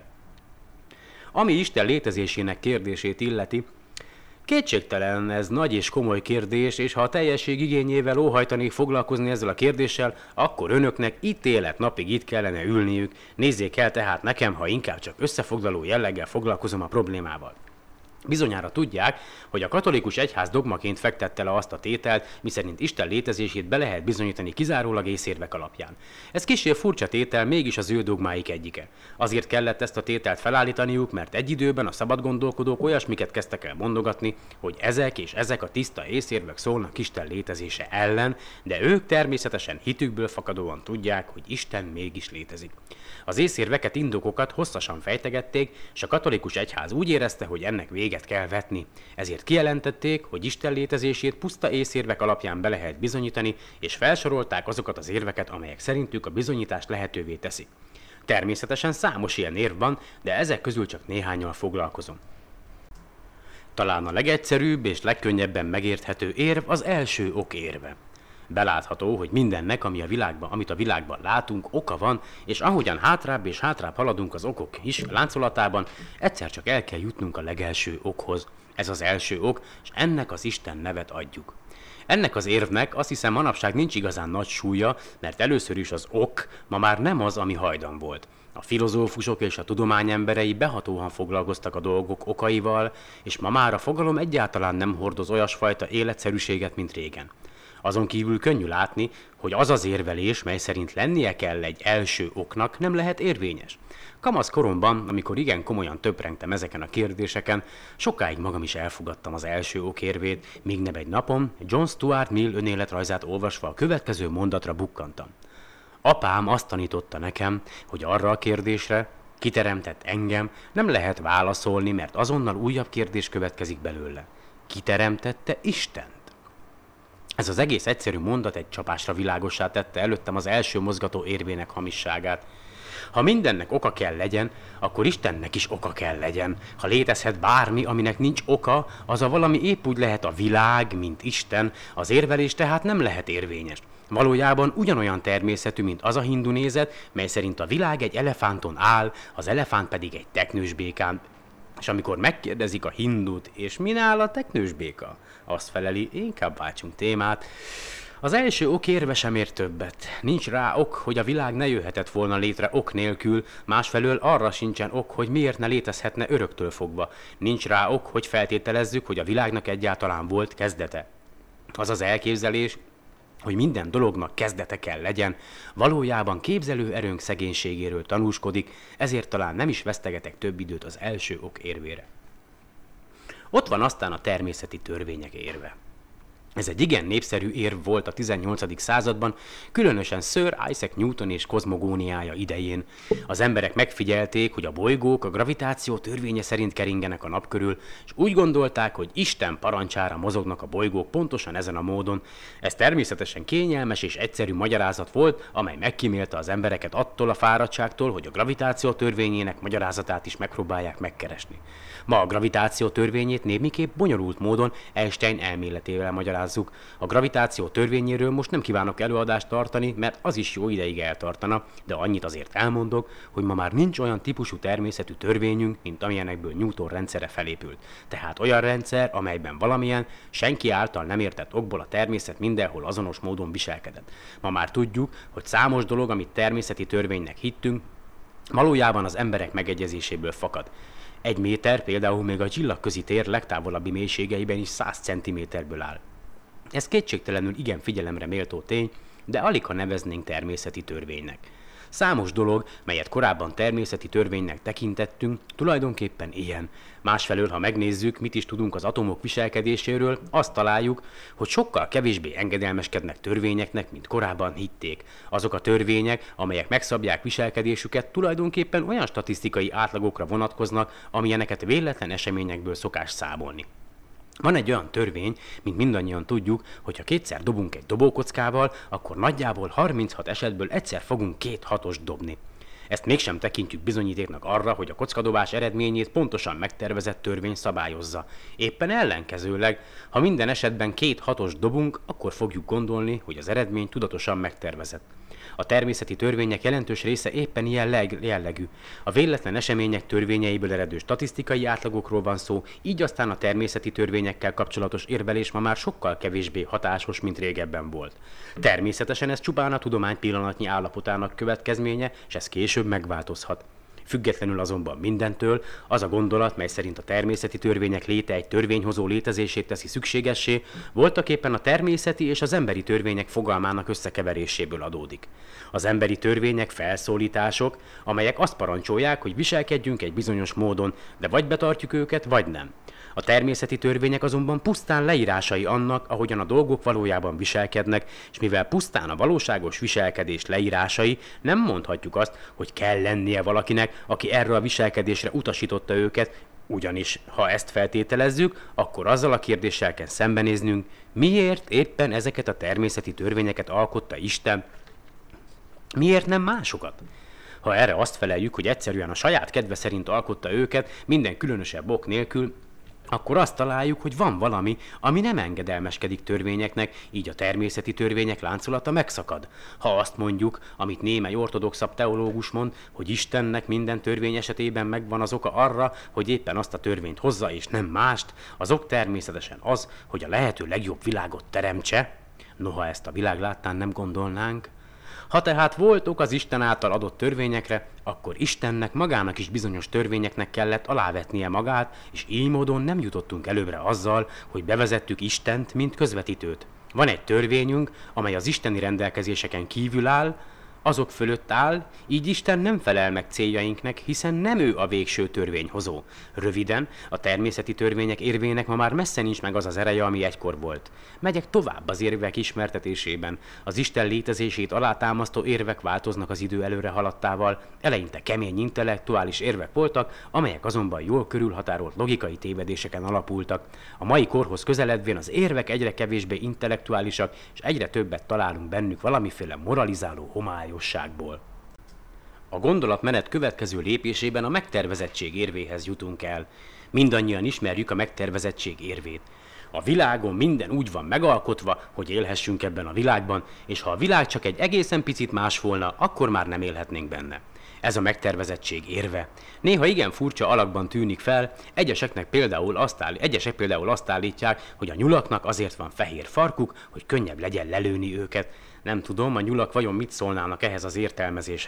Ami Isten létezésének kérdését illeti, kétségtelen ez nagy és komoly kérdés, és ha a teljesség igényével óhajtanék foglalkozni ezzel a kérdéssel, akkor önöknek ítélet napig itt kellene ülniük. Nézzék el tehát nekem, ha inkább csak összefoglaló jelleggel foglalkozom a problémával. Bizonyára tudják, hogy a katolikus egyház dogmaként fektette le azt a tételt, miszerint Isten létezését be lehet bizonyítani kizárólag észérvek alapján. Ez kissé furcsa tétel, mégis az ő dogmáik egyike. Azért kellett ezt a tételt felállítaniuk, mert egy időben a szabadgondolkodók olyasmiket kezdtek el mondogatni, hogy ezek a tiszta észérvek szólnak Isten létezése ellen, de ők természetesen hitükből fakadóan tudják, hogy Isten mégis létezik. Az észérveket, indokokat hosszasan fejtegették, és a katolikus egyház úgy érezte, hogy ennek véget kell vetni. Ezért kijelentették, hogy Isten létezését puszta észérvek alapján be lehet bizonyítani, és felsorolták azokat az érveket, amelyek szerintük a bizonyítást lehetővé teszik. Természetesen számos ilyen érv van, de ezek közül csak néhánnyal foglalkozom. Talán a legegyszerűbb és legkönnyebben megérthető érv az első ok érve. Belátható, hogy mindennek, amit a világban látunk, oka van, és ahogyan hátrább és hátrább haladunk az okok is láncolatában, egyszer csak el kell jutnunk a legelső okhoz. Ez az első ok, és ennek az Isten nevet adjuk. Ennek az érvnek azt hiszem manapság nincs igazán nagy súlya, mert először is az ok ma már nem az, ami hajdan volt. A filozófusok és a tudomány emberei behatóan foglalkoztak a dolgok okaival, és ma már a fogalom egyáltalán nem hordoz olyasfajta életszerűséget, mint régen. Azon kívül könnyű látni, hogy az az érvelés, mely szerint lennie kell egy első oknak, nem lehet érvényes. Kamasz koromban, amikor igen komolyan töprengtem ezeken a kérdéseken, sokáig magam is elfogadtam az első ok érvét, míg nem egy napon John Stuart Mill önéletrajzát olvasva a következő mondatra bukkantam. Apám azt tanította nekem, hogy arra a kérdésre, ki teremtett engem, nem lehet válaszolni, mert azonnal újabb kérdés következik belőle. Ki teremtette Istent? Ez az egész egyszerű mondat egy csapásra világossá tette előttem az első mozgató érvének hamisságát. Ha mindennek oka kell legyen, akkor Istennek is oka kell legyen. Ha létezhet bármi, aminek nincs oka, az a valami épp úgy lehet a világ, mint Isten, az érvelés tehát nem lehet érvényes. Valójában ugyanolyan természetű, mint az a hindu nézet, mely szerint a világ egy elefánton áll, az elefánt pedig egy teknős békán. És amikor megkérdezik a hindut, és min áll a teknős béka? Azt feleli, inkább váltsunk témát. Az első ok érve sem ér többet. Nincs rá ok, hogy a világ ne jöhetett volna létre ok nélkül, másfelől arra sincsen ok, hogy miért ne létezhetne öröktől fogva. Nincs rá ok, hogy feltételezzük, hogy a világnak egyáltalán volt kezdete. Az az elképzelés, hogy minden dolognak kezdete kell legyen, valójában képzelő erőnk szegénységéről tanúskodik, ezért talán nem is vesztegetek több időt az első ok érvére. Ott van aztán a természeti törvények érve. Ez egy igen népszerű érv volt a 18. században, különösen Sir Isaac Newton és kozmogóniája idején. Az emberek megfigyelték, hogy a bolygók a gravitáció törvénye szerint keringenek a nap körül, és úgy gondolták, hogy Isten parancsára mozognak a bolygók pontosan ezen a módon. Ez természetesen kényelmes és egyszerű magyarázat volt, amely megkímélte az embereket attól a fáradtságtól, hogy a gravitáció törvényének magyarázatát is megpróbálják megkeresni. Ma a gravitáció törvényét némiképp bonyolult módon Einstein elméletével magyarázzuk. A gravitáció törvényéről most nem kívánok előadást tartani, mert az is jó ideig eltartana, de annyit azért elmondok, hogy ma már nincs olyan típusú természetű törvényünk, mint amilyenekből Newton rendszere felépült. Tehát olyan rendszer, amelyben valamilyen, senki által nem értett okból a természet mindenhol azonos módon viselkedett. Ma már tudjuk, hogy számos dolog, amit természeti törvénynek hittünk, valójában az emberek megegyezéséből fakad. 1 méter például még a csillagközi tér legtávolabbi mélységeiben is 100 cm-ből áll. Ez kétségtelenül igen figyelemre méltó tény, de aligha neveznénk természeti törvénynek. Számos dolog, melyet korábban természeti törvénynek tekintettünk, tulajdonképpen ilyen. Másfelől, ha megnézzük, mit is tudunk az atomok viselkedéséről, azt találjuk, hogy sokkal kevésbé engedelmeskednek törvényeknek, mint korábban hitték. Azok a törvények, amelyek megszabják viselkedésüket, tulajdonképpen olyan statisztikai átlagokra vonatkoznak, amilyeneket véletlen eseményekből szokás számolni. Van egy olyan törvény, mint mindannyian tudjuk, hogy ha kétszer dobunk egy dobókockával, akkor nagyjából 36 esetből egyszer fogunk 2 hatost dobni. Ezt mégsem tekintjük bizonyítéknak arra, hogy a kockadobás eredményét pontosan megtervezett törvény szabályozza. Éppen ellenkezőleg, ha minden esetben 2 hatost dobunk, akkor fogjuk gondolni, hogy az eredmény tudatosan megtervezett. A természeti törvények jelentős része éppen ilyen jellegű. A véletlen események törvényeiből eredő statisztikai átlagokról van szó, így aztán a természeti törvényekkel kapcsolatos érvelés ma már sokkal kevésbé hatásos, mint régebben volt. Természetesen ez csupán a tudomány pillanatnyi állapotának következménye, és ez később megváltozhat. Függetlenül azonban mindentől, az a gondolat, mely szerint a természeti törvények léte egy törvényhozó létezését teszi szükségessé, voltaképpen a természeti és az emberi törvények fogalmának összekeveréséből adódik. Az emberi törvények felszólítások, amelyek azt parancsolják, hogy viselkedjünk egy bizonyos módon, de vagy betartjuk őket, vagy nem. A természeti törvények azonban pusztán leírásai annak, ahogyan a dolgok valójában viselkednek, és mivel pusztán a valóságos viselkedés leírásai, nem mondhatjuk azt, hogy kell lennie valakinek, aki erre a viselkedésre utasította őket, ugyanis ha ezt feltételezzük, akkor azzal a kérdéssel kell szembenéznünk, miért éppen ezeket a természeti törvényeket alkotta Isten, miért nem másokat? Ha erre azt feleljük, hogy egyszerűen a saját kedve szerint alkotta őket, minden különösebb ok nélkül, akkor azt találjuk, hogy van valami, ami nem engedelmeskedik törvényeknek, így a természeti törvények láncolata megszakad. Ha azt mondjuk, amit némely ortodoxabb teológus mond, hogy Istennek minden törvény esetében megvan az oka arra, hogy éppen azt a törvényt hozza és nem mást, az ok természetesen az, hogy a lehető legjobb világot teremtse, noha ezt a világ láttán nem gondolnánk. Ha tehát volt ok az Isten által adott törvényekre, akkor Istennek magának is bizonyos törvényeknek kellett alávetnie magát, és így módon nem jutottunk előbbre azzal, hogy bevezettük Istent, mint közvetítőt. Van egy törvényünk, amely az isteni rendelkezéseken kívül áll, azok fölött áll, így Isten nem felel meg céljainknak, hiszen nem ő a végső törvényhozó. Röviden, a természeti törvények érvének ma már messze nincs meg az az ereje, ami egykor volt. Megyek tovább az érvek ismertetésében. Az Isten létezését alátámasztó érvek változnak az idő előre haladtával, eleinte kemény intellektuális érvek voltak, amelyek azonban jól körülhatárolt logikai tévedéseken alapultak. A mai korhoz közeledvén az érvek egyre kevésbé intellektuálisak, és egyre többet találunk bennük valamiféle moralizáló homályosságból. A gondolatmenet következő lépésében a megtervezettség érvéhez jutunk el. Mindannyian ismerjük a megtervezettség érvét. A világon minden úgy van megalkotva, hogy élhessünk ebben a világban, és ha a világ csak egy egészen picit más volna, akkor már nem élhetnénk benne. Ez a megtervezettség érve. Néha igen furcsa alakban tűnik fel, egyesek például azt állítják, hogy a nyulaknak azért van fehér farkuk, hogy könnyebb legyen lelőni őket. Nem tudom, a nyulak vajon mit szólnának ehhez az értelmezéshez.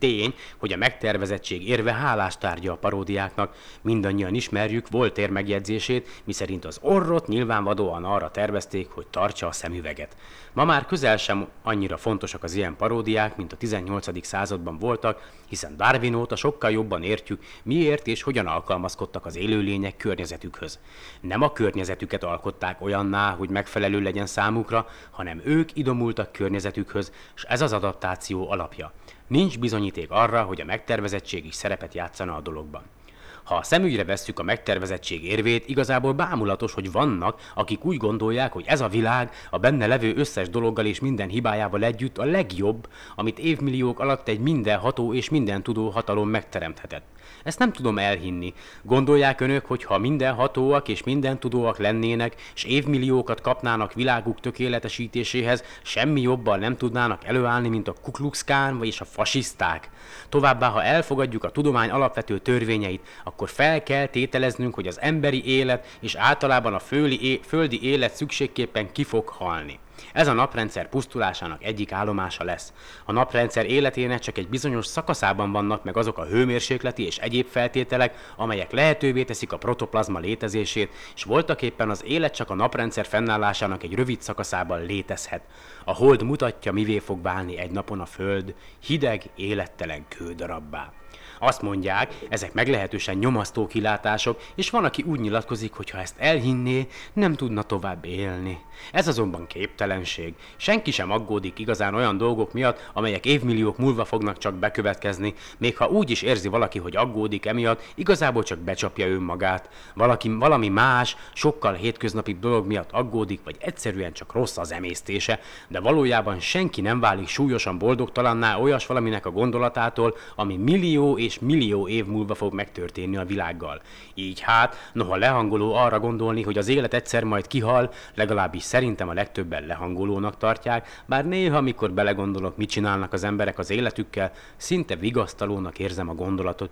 tény, hogy a megtervezettség érve hálástárgya a paródiáknak. Mindannyian ismerjük Voltaire megjegyzését, miszerint az orrot nyilvánvalóan arra tervezték, hogy tartsa a szemüveget. Ma már közel sem annyira fontosak az ilyen paródiák, mint a 18. században voltak, hiszen Darwin óta sokkal jobban értjük, miért és hogyan alkalmazkodtak az élőlények környezetükhöz. Nem a környezetüket alkották olyanná, hogy megfelelő legyen számukra, hanem ők idomultak környezetükhöz, és ez az adaptáció alapja. Nincs bizonyíték arra, hogy a megtervezettség is szerepet játszana a dologban. Ha a szemügyre vesszük a megtervezettség érvét, igazából bámulatos, hogy vannak, akik úgy gondolják, hogy ez a világ a benne levő összes dologgal és minden hibájával együtt a legjobb, amit évmilliók alatt egy mindenható és mindentudó hatalom megteremthetett. Ezt nem tudom elhinni. Gondolják önök, hogy ha mindenhatóak és mindentudóak lennének, és évmilliókat kapnának világuk tökéletesítéséhez, semmi jobban nem tudnának előállni, mint a Ku Klux Klan vagy a fasiszták? Továbbá, ha elfogadjuk a tudomány alapvető törvényeit, akkor fel kell tételeznünk, hogy az emberi élet és általában a földi élet szükségképpen ki fog halni. Ez a naprendszer pusztulásának egyik állomása lesz. A naprendszer életének csak egy bizonyos szakaszában vannak meg azok a hőmérsékleti és egyéb feltételek, amelyek lehetővé teszik a protoplazma létezését, és voltaképpen az élet csak a naprendszer fennállásának egy rövid szakaszában létezhet. A hold mutatja, mivé fog válni egy napon a Föld, hideg, élettelen kődarabbá. Azt mondják, ezek meglehetősen nyomasztó kilátások, és van, aki úgy nyilatkozik, hogy ha ezt elhinné, nem tudna tovább élni. Ez azonban képtelenség. Senki sem aggódik igazán olyan dolgok miatt, amelyek évmilliók múlva fognak csak bekövetkezni, még ha úgy is érzi valaki, hogy aggódik emiatt, igazából csak becsapja önmagát. Valami más, sokkal hétköznapibb dolog miatt aggódik, vagy egyszerűen csak rossz az emésztése, de valójában senki nem válik súlyosan boldogtalanná olyas valaminek a gondolatától, ami millió és millió év múlva fog megtörténni a világgal. Így hát, noha lehangoló arra gondolni, hogy az élet egyszer majd kihal, legalábbis szerintem a legtöbben lehangolónak tartják, bár néha, amikor belegondolok, mit csinálnak az emberek az életükkel, szinte vigasztalónak érzem a gondolatot.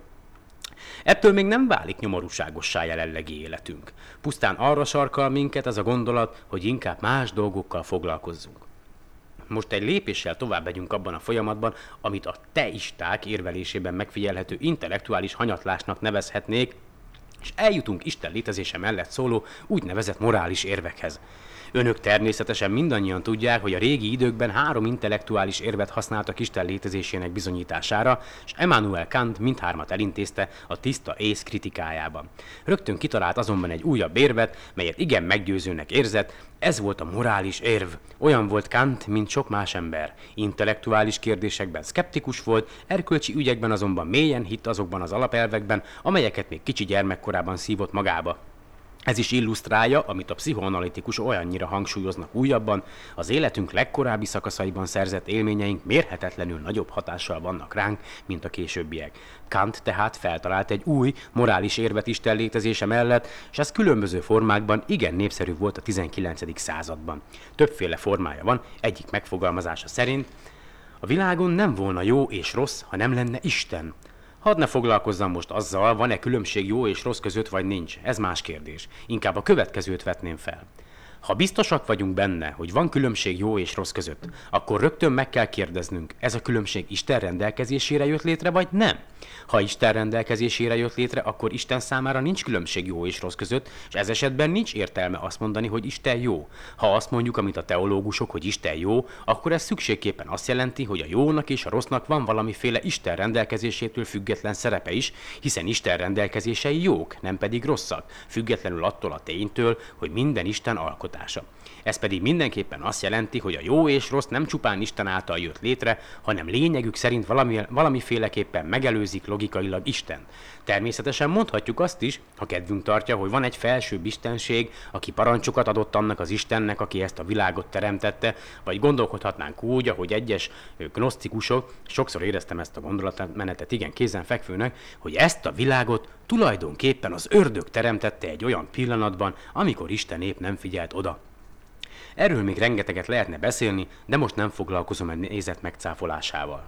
Ettől még nem válik nyomorúságossá jelenlegi életünk. Pusztán arra sarkal minket ez a gondolat, hogy inkább más dolgokkal foglalkozzunk. Most egy lépéssel tovább megyünk abban a folyamatban, amit a teisták érvelésében megfigyelhető intellektuális hanyatlásnak nevezhetnék, és eljutunk Isten létezése mellett szóló úgynevezett morális érvekhez. Önök természetesen mindannyian tudják, hogy a régi időkben 3 intellektuális érvet használtak Isten létezésének bizonyítására, és Immanuel Kant mindhármat elintézte a tiszta ész kritikájában. Rögtön kitalált azonban egy újabb érvet, melyet igen meggyőzőnek érzett. Ez volt a morális érv. Olyan volt Kant, mint sok más ember. Intellektuális kérdésekben szkeptikus volt, erkölcsi ügyekben azonban mélyen hitt azokban az alapelvekben, amelyeket még kicsi gyermekkorában szívott magába. Ez is illusztrálja, amit a pszichoanalitikusok olyannyira hangsúlyoznak újabban, az életünk legkorábbi szakaszaiban szerzett élményeink mérhetetlenül nagyobb hatással vannak ránk, mint a későbbiek. Kant tehát feltalált egy új, morális érvet Isten létezése mellett, és ez különböző formákban igen népszerű volt a 19. században. Többféle formája van, egyik megfogalmazása szerint: a világon nem volna jó és rossz, ha nem lenne Isten. Hadd ne foglalkozzam most azzal, van-e különbség jó és rossz között, vagy nincs. Ez más kérdés. Inkább a következőt vetném fel. Ha biztosak vagyunk benne, hogy van különbség jó és rossz között, akkor rögtön meg kell kérdeznünk, ez a különbség Isten rendelkezésére jött létre, vagy nem? Ha Isten rendelkezésére jött létre, akkor Isten számára nincs különbség jó és rossz között, és ez esetben nincs értelme azt mondani, hogy Isten jó. Ha azt mondjuk, amit a teológusok, hogy Isten jó, akkor ez szükségképpen azt jelenti, hogy a jónak és a rossznak van valamiféle Isten rendelkezésétől független szerepe is, hiszen Isten rendelkezései jók, nem pedig rosszak, függetlenül attól a ténytől, hogy minden Isten alkotása. Ez pedig mindenképpen azt jelenti, hogy a jó és rossz nem csupán Isten által jött létre, hanem lényegük szerint valamiféleképpen megelőzik logikailag Isten. Természetesen mondhatjuk azt is, ha kedvünk tartja, hogy van egy felsőbb istenség, aki parancsokat adott annak az Istennek, aki ezt a világot teremtette, vagy gondolkodhatnánk úgy, ahogy egyes gnosztikusok, sokszor éreztem ezt a gondolatmenetet igen kézenfekvőnek, hogy ezt a világot tulajdonképpen az ördög teremtette egy olyan pillanatban, amikor Isten épp nem figyelt oda. Erről még rengeteget lehetne beszélni, de most nem foglalkozom a nézet megcáfolásával.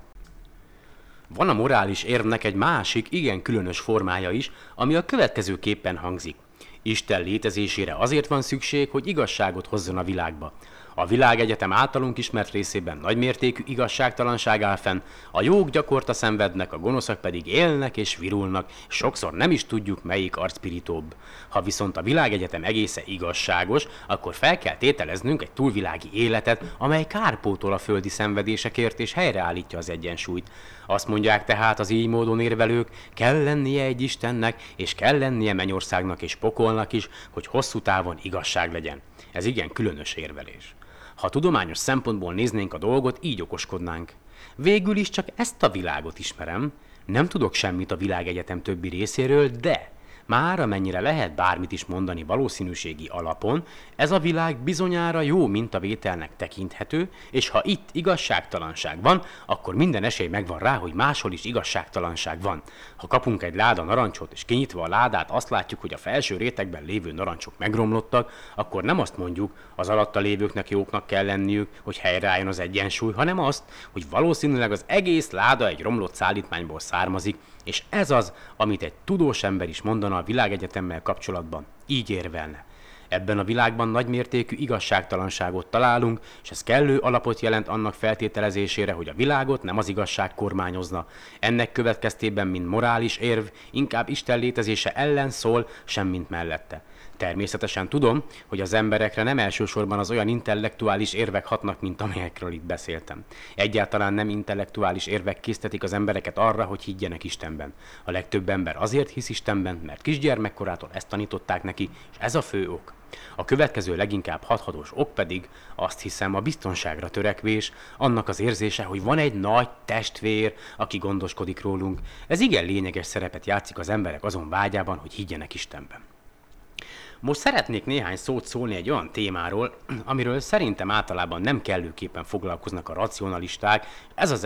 Van a morális érvnek egy másik, igen különös formája is, ami a következőképpen hangzik. Isten létezésére azért van szükség, hogy igazságot hozzon a világba. A világegyetem általunk ismert részében nagymértékű igazságtalanság áll fenn, a jók gyakorta szenvednek, a gonoszak pedig élnek és virulnak, sokszor nem is tudjuk, melyik arcpirítóbb. Ha viszont a világegyetem egésze igazságos, akkor fel kell tételeznünk egy túlvilági életet, amely kárpótol a földi szenvedésekért és helyreállítja az egyensúlyt. Azt mondják tehát az így módon érvelők, kell lennie egy Istennek, és kell lennie mennyországnak és pokolnak is, hogy hosszú távon igazság legyen. Ez igen különös érvelés. Ha tudományos szempontból néznénk a dolgot, így okoskodnánk. Végül is csak ezt a világot ismerem, nem tudok semmit a világegyetem többi részéről, de már amennyire lehet bármit is mondani valószínűségi alapon, ez a világ bizonyára jó mintavételnek tekinthető, és ha itt igazságtalanság van, akkor minden esély megvan rá, hogy máshol is igazságtalanság van. Ha kapunk egy láda narancsot, és kinyitva a ládát azt látjuk, hogy a felső rétegben lévő narancsok megromlottak, akkor nem azt mondjuk, az alatta lévőknek jóknak kell lenniük, hogy helyreálljon az egyensúly, hanem azt, hogy valószínűleg az egész láda egy romlott szállítmányból származik, és ez az, amit egy tudós ember is mondana a világegyetemmel kapcsolatban. Így érvelne. Ebben a világban nagymértékű igazságtalanságot találunk, és ez kellő alapot jelent annak feltételezésére, hogy a világot nem az igazság kormányozna. Ennek következtében, mint morális érv, inkább Isten létezése ellen szól, semmint mellette. Természetesen tudom, hogy az emberekre nem elsősorban az olyan intellektuális érvek hatnak, mint amelyekről itt beszéltem. Egyáltalán nem intellektuális érvek késztetik az embereket arra, hogy higgyenek Istenben. A legtöbb ember azért hisz Istenben, mert kisgyermekkorától ezt tanították neki, és ez a fő ok. A következő leginkább hathatos ok pedig, azt hiszem, a biztonságra törekvés, annak az érzése, hogy van egy nagy testvér, aki gondoskodik rólunk. Ez igen lényeges szerepet játszik az emberek azon vágyában, hogy higgyenek Istenben. Most szeretnék néhány szót szólni egy olyan témáról, amiről szerintem általában nem kellőképpen foglalkoznak a racionalisták. Ez az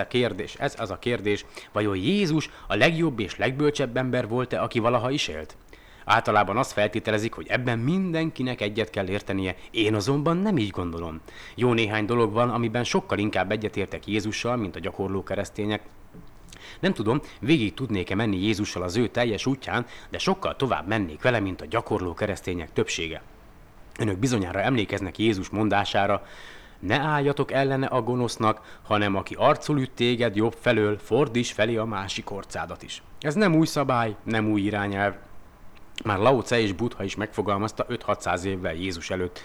a kérdés, vajon Jézus a legjobb és legbölcsebb ember volt-e, aki valaha is élt? Általában azt feltételezik, hogy ebben mindenkinek egyet kell értenie, én azonban nem így gondolom. Jó néhány dolog van, amiben sokkal inkább egyetértek Jézussal, mint a gyakorló keresztények. Nem tudom, végig tudnék-e menni Jézussal az ő teljes útján, de sokkal tovább mennék vele, mint a gyakorló keresztények többsége. Önök bizonyára emlékeznek Jézus mondására, ne álljatok ellene a gonosznak, hanem aki arcul üt téged jobb felől, fordíts felé a másik orcádat is. Ez nem új szabály, nem új irányelv. Már Lao Tse és Buddha is megfogalmazta 5-600 évvel Jézus előtt.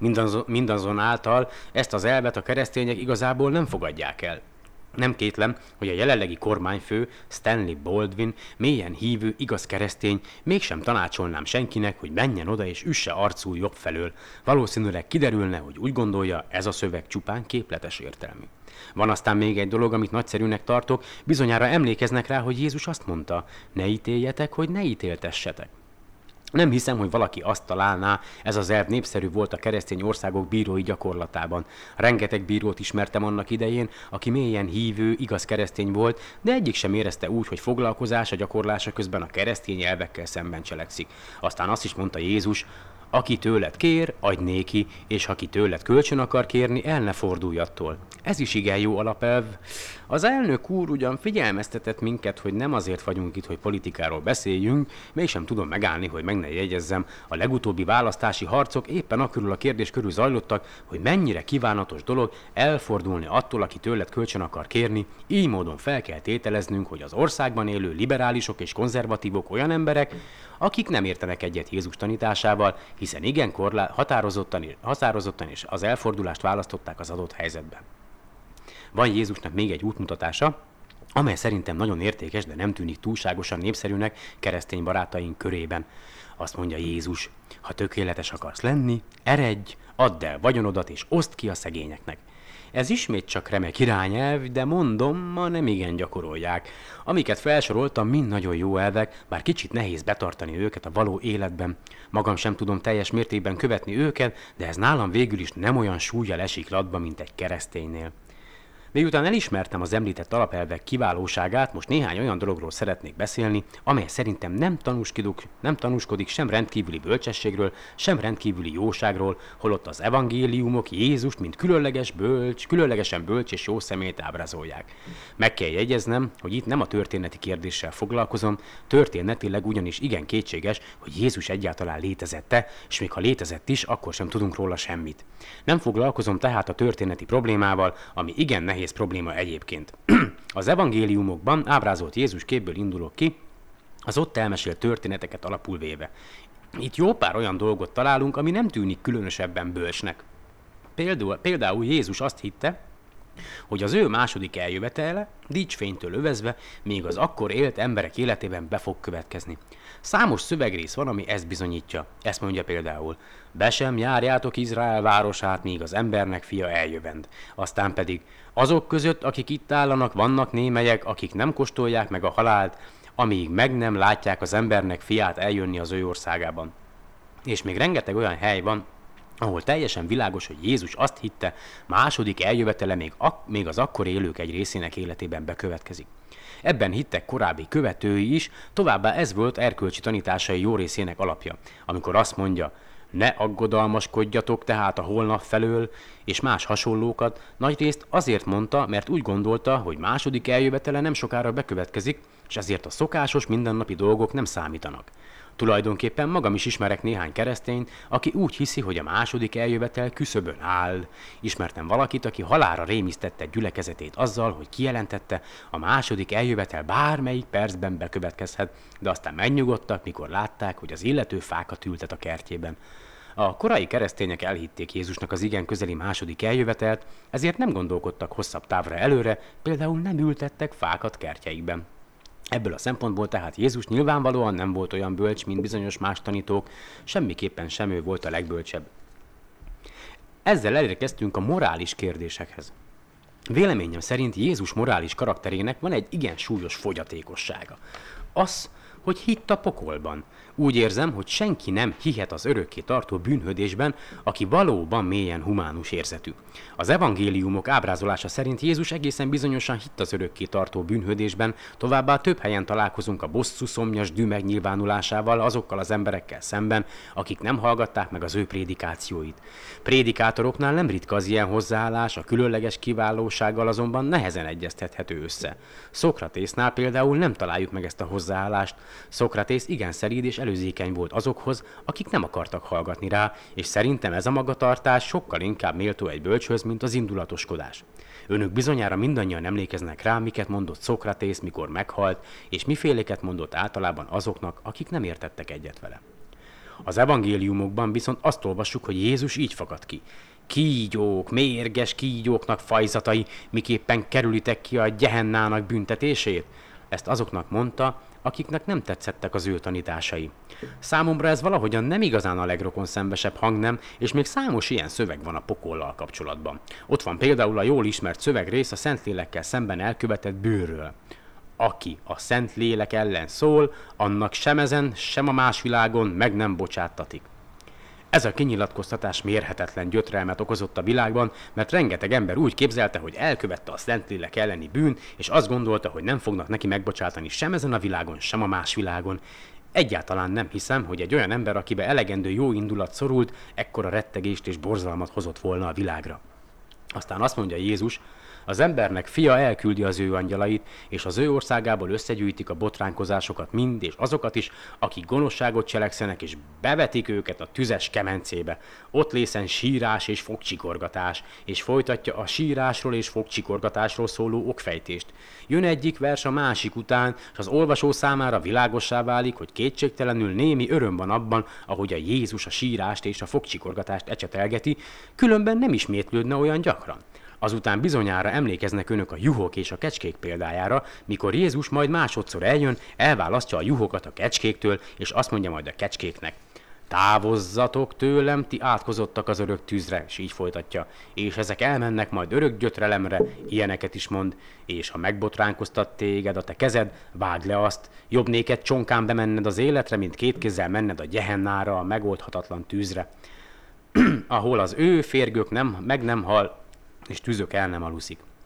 Mindazonáltal ezt az elvet a keresztények igazából nem fogadják el. Nem kétlem, hogy a jelenlegi kormányfő, Stanley Baldwin, mélyen hívő, igaz keresztény, mégsem tanácsolnám senkinek, hogy menjen oda és üsse arcul jobb felől. Valószínűleg kiderülne, hogy úgy gondolja, ez a szöveg csupán képletes értelmű. Van aztán még egy dolog, amit nagyszerűnek tartok, bizonyára emlékeznek rá, hogy Jézus azt mondta, ne ítéljetek, hogy ne ítéltessetek. Nem hiszem, hogy valaki azt találná, ez az elv népszerű volt a keresztény országok bírói gyakorlatában. Rengeteg bírót ismertem annak idején, aki mélyen hívő, igaz keresztény volt, de egyik sem érezte úgy, hogy foglalkozása, gyakorlása közben a keresztény elvekkel szemben cselekszik. Aztán azt is mondta Jézus, aki tőled kér, adj néki, és aki tőled kölcsön akar kérni, el ne fordulj attól. Ez is igen jó alapelv. Az elnök úr ugyan figyelmeztetett minket, hogy nem azért vagyunk itt, hogy politikáról beszéljünk, mégsem tudom megállni, hogy meg ne jegyezzem, a legutóbbi választási harcok éppen akörül a kérdés körül zajlottak, hogy mennyire kívánatos dolog elfordulni attól, aki tőled kölcsön akar kérni, így módon fel kell tételeznünk, hogy az országban élő liberálisok és konzervatívok olyan akik nem értenek egyet Jézus tanításával, hiszen igen határozottan és az elfordulást választották az adott helyzetben. Van Jézusnak még egy útmutatása, amely szerintem nagyon értékes, de nem tűnik túlságosan népszerűnek keresztény barátaink körében. Azt mondja Jézus, ha tökéletes akarsz lenni, eredj, add el vagyonodat és oszd ki a szegényeknek. Ez ismét csak remek irányelv, de mondom, ma nem igen gyakorolják. Amiket felsoroltam, mind nagyon jó elvek, bár kicsit nehéz betartani őket a való életben. Magam sem tudom teljes mértékben követni őket, de ez nálam végül is nem olyan súllyal esik latba, mint egy kereszténynél. Miután elismertem az említett alapelvek kiválóságát, most néhány olyan dologról szeretnék beszélni, amely szerintem nem tanúskodik sem rendkívüli bölcsességről, sem rendkívüli jóságról, holott az evangéliumok Jézust, mint különlegesen bölcs és jó személyt ábrázolják. Meg kell jegyeznem, hogy itt nem a történeti kérdéssel foglalkozom, történetileg ugyanis igen kétséges, hogy Jézus egyáltalán létezette, és még ha létezett is, akkor sem tudunk róla semmit. Nem foglalkozom tehát a történeti problémával, ami igen nehéz probléma egyébként. Az evangéliumokban ábrázolt Jézus képből indulok ki, az ott elmesélt történeteket alapul véve. Itt jó pár olyan dolgot találunk, ami nem tűnik különösebben bölcsnek. Például Jézus azt hitte, hogy az ő második eljövetele, dicsfénytől övezve, még az akkor élt emberek életében be fog következni. Számos szövegrész van, ami ezt bizonyítja. Ezt mondja például: be sem járjátok Izrael városát, míg az embernek fia eljövend. Aztán pedig: azok között, akik itt állanak, vannak némelyek, akik nem kóstolják meg a halált, amíg meg nem látják az embernek fiát eljönni az ő országában. És még rengeteg olyan hely van, ahol teljesen világos, hogy Jézus azt hitte, második eljövetele még az akkor élők egy részének életében bekövetkezik. Ebben hittek korábbi követői is, továbbá ez volt erkölcsi tanításai jó részének alapja, amikor azt mondja: ne aggodalmaskodjatok tehát a holnap felől, és más hasonlókat, nagyrészt azért mondta, mert úgy gondolta, hogy második eljövetele nem sokára bekövetkezik, és ezért a szokásos mindennapi dolgok nem számítanak. Tulajdonképpen magam is ismerek néhány keresztényt, aki úgy hiszi, hogy a második eljövetel küszöbön áll. Ismertem valakit, aki halálra rémisztette gyülekezetét azzal, hogy kijelentette, a második eljövetel bármelyik percben bekövetkezhet, de aztán megnyugodtak, mikor látták, hogy az illető fákat ültet a kertjében. A korai keresztények elhitték Jézusnak az igen közeli második eljövetelt, ezért nem gondolkodtak hosszabb távra előre, például nem ültettek fákat kertjeikben. Ebből a szempontból tehát Jézus nyilvánvalóan nem volt olyan bölcs, mint bizonyos más tanítók, semmiképpen sem ő volt a legbölcsebb. Ezzel elérkeztünk a morális kérdésekhez. Véleményem szerint Jézus morális karakterének van egy igen súlyos fogyatékossága. Az, hogy hitt a pokolban. Úgy érzem, hogy senki nem hihet az örökké tartó bűnhődésben, aki valóban mélyen humánus érzetű. Az evangéliumok ábrázolása szerint Jézus egészen bizonyosan hitt az örökké tartó bűnhődésben, továbbá több helyen találkozunk a bosszúszomjas dű megnyilvánulásával azokkal az emberekkel szemben, akik nem hallgatták meg az ő prédikációit. Prédikátoroknál nem ritka az ilyen hozzáállás, a különleges kiválósággal azonban nehezen egyeztethető össze. Szokratésznál például nem találjuk meg ezt a hozzáállást. Szokratész igen szelíd és előzékeny volt azokhoz, akik nem akartak hallgatni rá, és szerintem ez a magatartás sokkal inkább méltó egy bölcshöz, mint az indulatoskodás. Önök bizonyára mindannyian emlékeznek rá, miket mondott Szokratész, mikor meghalt, és miféléket mondott általában azoknak, akik nem értettek egyet vele. Az evangéliumokban viszont azt olvassuk, hogy Jézus így fakad ki: kígyók, mérges kígyóknak fajzatai, miképpen kerülitek ki a Gehennának büntetését? Ezt azoknak mondta, akiknek nem tetszettek az ő tanításai. Számomra ez valahogyan nem igazán a legrokonszenvesebb hangnem, és még számos ilyen szöveg van a pokollal kapcsolatban. Ott van például a jól ismert szövegrész a Szentlélekkel szemben elkövetett bűnről. Aki a Szentlélek ellen szól, annak sem ezen, sem a más világon meg nem bocsáttatik. Ez a kinyilatkoztatás mérhetetlen gyötrelmet okozott a világban, mert rengeteg ember úgy képzelte, hogy elkövette a Szentlélek elleni bűn, és azt gondolta, hogy nem fognak neki megbocsátani sem ezen a világon, sem a más világon. Egyáltalán nem hiszem, hogy egy olyan ember, akibe elegendő jó indulat szorult, ekkora rettegést és borzalmat hozott volna a világra. Aztán azt mondja Jézus: az embernek fia elküldi az ő angyalait, és az ő országából összegyűjtik a botránkozásokat mind, és azokat is, akik gonoszságot cselekszenek, és bevetik őket a tüzes kemencébe. Ott lészen sírás és fogcsikorgatás, és folytatja a sírásról és fogcsikorgatásról szóló okfejtést. Jön egyik vers a másik után, és az olvasó számára világossá válik, hogy kétségtelenül némi öröm van abban, ahogy a Jézus a sírást és a fogcsikorgatást ecsetelgeti, különben nem ismétlődne olyan gyakran. Azután bizonyára emlékeznek önök a juhok és a kecskék példájára, mikor Jézus majd másodszor eljön, elválasztja a juhokat a kecskéktől, és azt mondja majd a kecskéknek: távozzatok tőlem, ti átkozottak az örök tűzre, és így folytatja, és ezek elmennek majd örök gyötrelemre, ilyeneket is mond, és ha megbotránkoztat téged a te kezed, vágd le azt, jobb néked csonkán bemenned az életre, mint két kézzel menned a Gehennára, a megoldhatatlan tűzre, ahol az ő férgök meg nem hal, és tűzök el nem aluszik.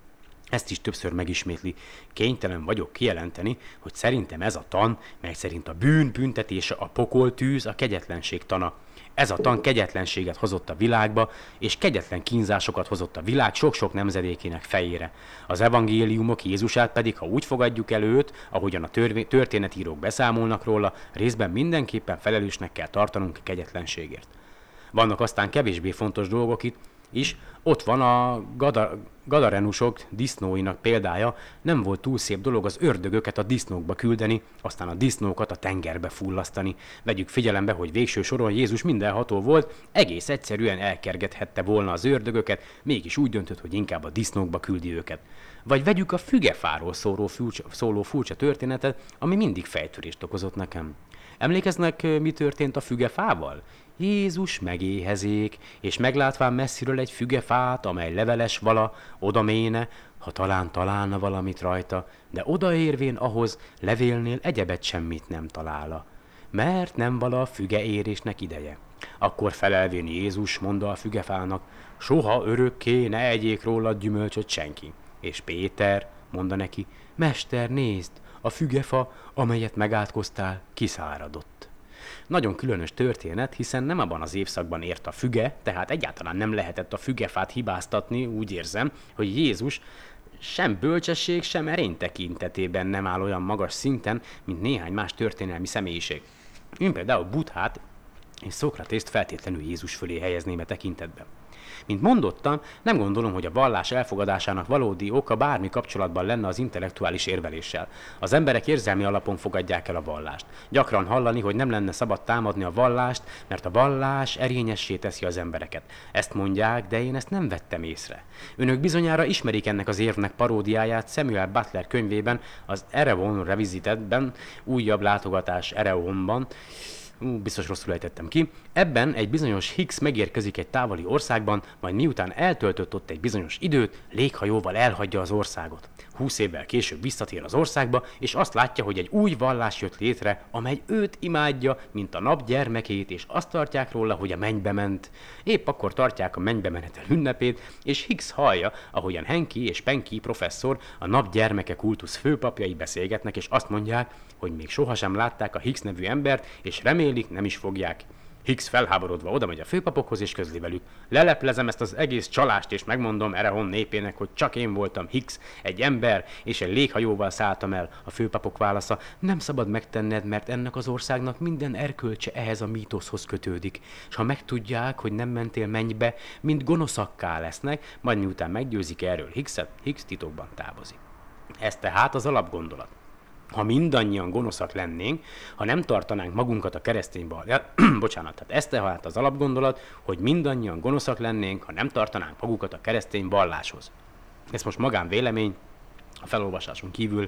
Ezt is többször megismétli. Kénytelen vagyok kijelenteni, hogy szerintem ez a tan, mely szerint a bűn büntetése a pokoltűz, a kegyetlenség tana. Ez a tan kegyetlenséget hozott a világba, és kegyetlen kínzásokat hozott a világ sok-sok nemzedékének fejére. Az evangéliumok Jézusát pedig, ha úgy fogadjuk el őt, ahogyan a történetírók beszámolnak róla, részben mindenképpen felelősnek kell tartanunk a kegyetlenségért. Vannak aztán kevésbé fontos dolgok itt is. Ott van a gadarenusok disznóinak példája. Nem volt túl szép dolog az ördögöket a disznókba küldeni, aztán a disznókat a tengerbe fullasztani. Vegyük figyelembe, hogy végső soron Jézus mindenható volt, egész egyszerűen elkergethette volna az ördögöket, mégis úgy döntött, hogy inkább a disznókba küldi őket. Vagy vegyük a fügefáról szóló furcsa történetet, ami mindig fejtörést okozott nekem. Emlékeznek, mi történt a fügefával? Jézus megéhezik, és meglátván messziről egy fügefát, amely leveles vala, oda méne, ha talán találna valamit rajta, de odaérvén ahhoz levélnél egyebet semmit nem talála, mert nem vala a fügeérésnek ideje. Akkor felelvén Jézus mondta a fügefának, soha örökké ne egyék róla gyümölcsöt senki. És Péter mondta neki, Mester, nézd, a fügefa, amelyet megátkoztál, kiszáradott. Nagyon különös történet, hiszen nem abban az évszakban ért a füge, tehát egyáltalán nem lehetett a fügefát hibáztatni, úgy érzem, hogy Jézus sem bölcsesség, sem erény tekintetében nem áll olyan magas szinten, mint néhány más történelmi személyiség. Én például Buddhát és Szokratészt feltétlenül Jézus fölé helyezném a tekintetben. Mint mondottam, nem gondolom, hogy a vallás elfogadásának valódi oka bármi kapcsolatban lenne az intellektuális érveléssel. Az emberek érzelmi alapon fogadják el a vallást. Gyakran hallani, hogy nem lenne szabad támadni a vallást, mert a vallás erényessé teszi az embereket. Ezt mondják, de én ezt nem vettem észre. Önök bizonyára ismerik ennek az érvnek paródiáját Samuel Butler könyvében, az Erewhon Revisitedben, újabb látogatás Erewhonban. Biztos rosszul ejtettem ki. Ebben egy bizonyos Hicks megérkezik egy távoli országban, majd miután eltöltött ott egy bizonyos időt, léghajóval elhagyja az országot. 20 évvel később visszatér az országba, és azt látja, hogy egy új vallás jött létre, amely őt imádja, mint a nap gyermekét, és azt tartják róla, hogy a mennybe ment. Épp akkor tartják a mennybe menetel ünnepét, és Hicks hallja, ahogyan Henki és Penki professzor, a nap gyermeke kultusz főpapjai beszélgetnek, és azt mondják, hogy még sohasem látták a Hicks nevű embert, és remélik, nem is fogják. Hicks felháborodva oda megy a főpapokhoz és közli velük. Leleplezem ezt az egész csalást, és megmondom Erewhon népének, hogy csak én voltam Hicks, egy ember, és egy léghajóval szálltam el. A főpapok válasza, nem szabad megtenned, mert ennek az országnak minden erkölcse ehhez a mítoszhoz kötődik. És ha megtudják, hogy nem mentél mennybe, mind gonoszakká lesznek, majd miután meggyőzik erről Hickset, Hicks titokban távozik. Ez tehát az alapgondolat. Ha mindannyian gonoszak lennénk, ha nem tartanánk magunkat a keresztény tehát ez tehát az alapgondolat, hogy mindannyian gonoszak lennénk, ha nem tartanánk magukat a keresztény valláshoz. Ez most magánvélemény, a felolvasáson kívül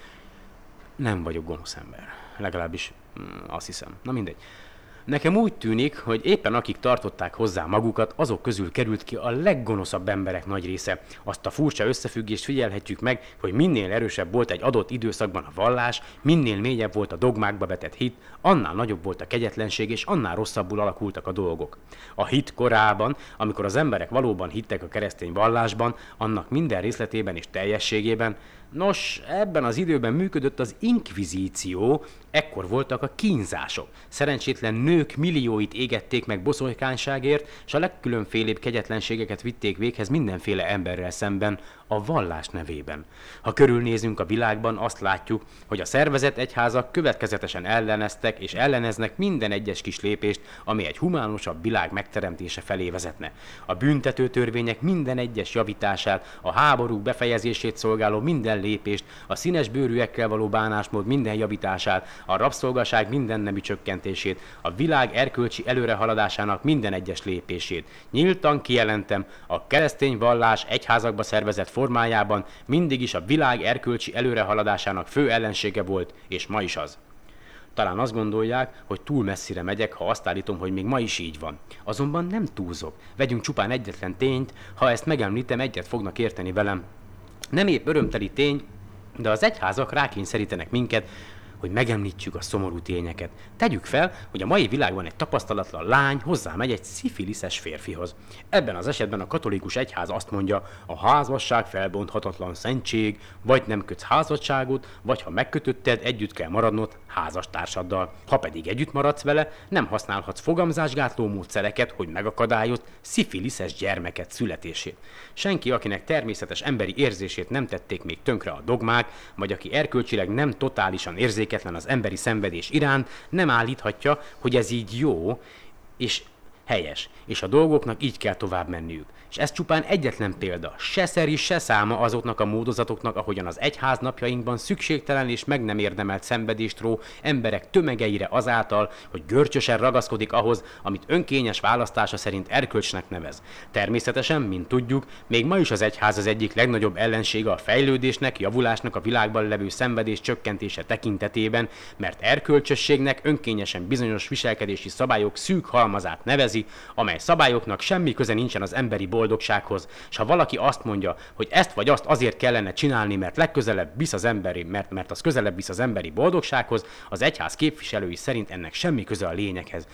nem vagyok gonosz ember. Legalábbis azt hiszem. Na mindegy. Nekem úgy tűnik, hogy éppen akik tartották hozzá magukat, azok közül került ki a leggonoszabb emberek nagy része. Azt a furcsa összefüggést figyelhetjük meg, hogy minél erősebb volt egy adott időszakban a vallás, minél mélyebb volt a dogmákba vetett hit, annál nagyobb volt a kegyetlenség, és annál rosszabbul alakultak a dolgok. A hit korában, amikor az emberek valóban hittek a keresztény vallásban, annak minden részletében és teljességében, nos, ebben az időben működött az inkvizíció, ekkor voltak a kínzások. Szerencsétlen nők millióit égették meg boszorkányságért, és a legkülönfélébb kegyetlenségeket vitték véghez mindenféle emberrel szemben, a vallás nevében. Ha körülnézünk a világban, azt látjuk, hogy a szervezett egyházak következetesen elleneztek és elleneznek minden egyes kis lépést, ami egy humánusabb világ megteremtése felé vezetne. A büntető törvények minden egyes javítását, a háborúk befejezését szolgáló minden lépést, a színes bőrűekkel való bánásmód minden javítását, a rabszolgaság minden nemű csökkentését, a világ erkölcsi előrehaladásának minden egyes lépését. Nyíltan kijelentem, a keresztény vallás egyházakba szervezett formájában mindig is a világ erkölcsi előrehaladásának fő ellensége volt, és ma is az. Talán azt gondolják, hogy túl messzire megyek, ha azt állítom, hogy még ma is így van. Azonban nem túlzok. Vegyünk csupán egyetlen tényt, ha ezt megemlítem, egyet fognak érteni velem. Nem épp örömteli tény, de az egyházak rákényszerítenek minket, hogy megemlítsük a szomorú tényeket. Tegyük fel, hogy a mai világban egy tapasztalatlan lány hozzámegy egy szifiliszes férfihoz. Ebben az esetben a katolikus egyház azt mondja, a házasság felbonthatatlan szentség, vagy nem kötsz házasságot, vagy ha megkötötted, együtt kell maradnod házastársaddal. Ha pedig együtt maradsz vele, nem használhatsz fogamzásgátló módszereket, hogy megakadályozd szifiliszes gyermeket születését. Senki, akinek természetes emberi érzését nem tették még tönkre a dogmák, vagy aki erkölcsileg nem totálisan érzéketlen az emberi szenvedés iránt, nem állíthatja, hogy ez így jó és helyes, és a dolgoknak így kell tovább menniük. És ez csupán egyetlen példa, se szeri, se száma azoknak a módozatoknak, ahogyan az egyház napjainkban szükségtelen és meg nem érdemelt szenvedést ró emberek tömegeire azáltal, hogy görcsösen ragaszkodik ahhoz, amit önkényes választása szerint erkölcsnek nevez. Természetesen, mint tudjuk, még ma is az egyház az egyik legnagyobb ellensége a fejlődésnek, javulásnak, a világban levő szenvedés csökkentése tekintetében, mert erkölcsösségnek önkényesen bizonyos viselkedési szabályok szűk halmazát nevezi, amely szabályoknak semmi köze nincsen az emberi boldogsághoz, és ha valaki azt mondja, hogy ezt vagy azt azért kellene csinálni, mert legközelebb visz az emberi, mert az közelebb visz az emberi boldogsághoz, az egyház képviselői szerint ennek semmi köze a lényeghez.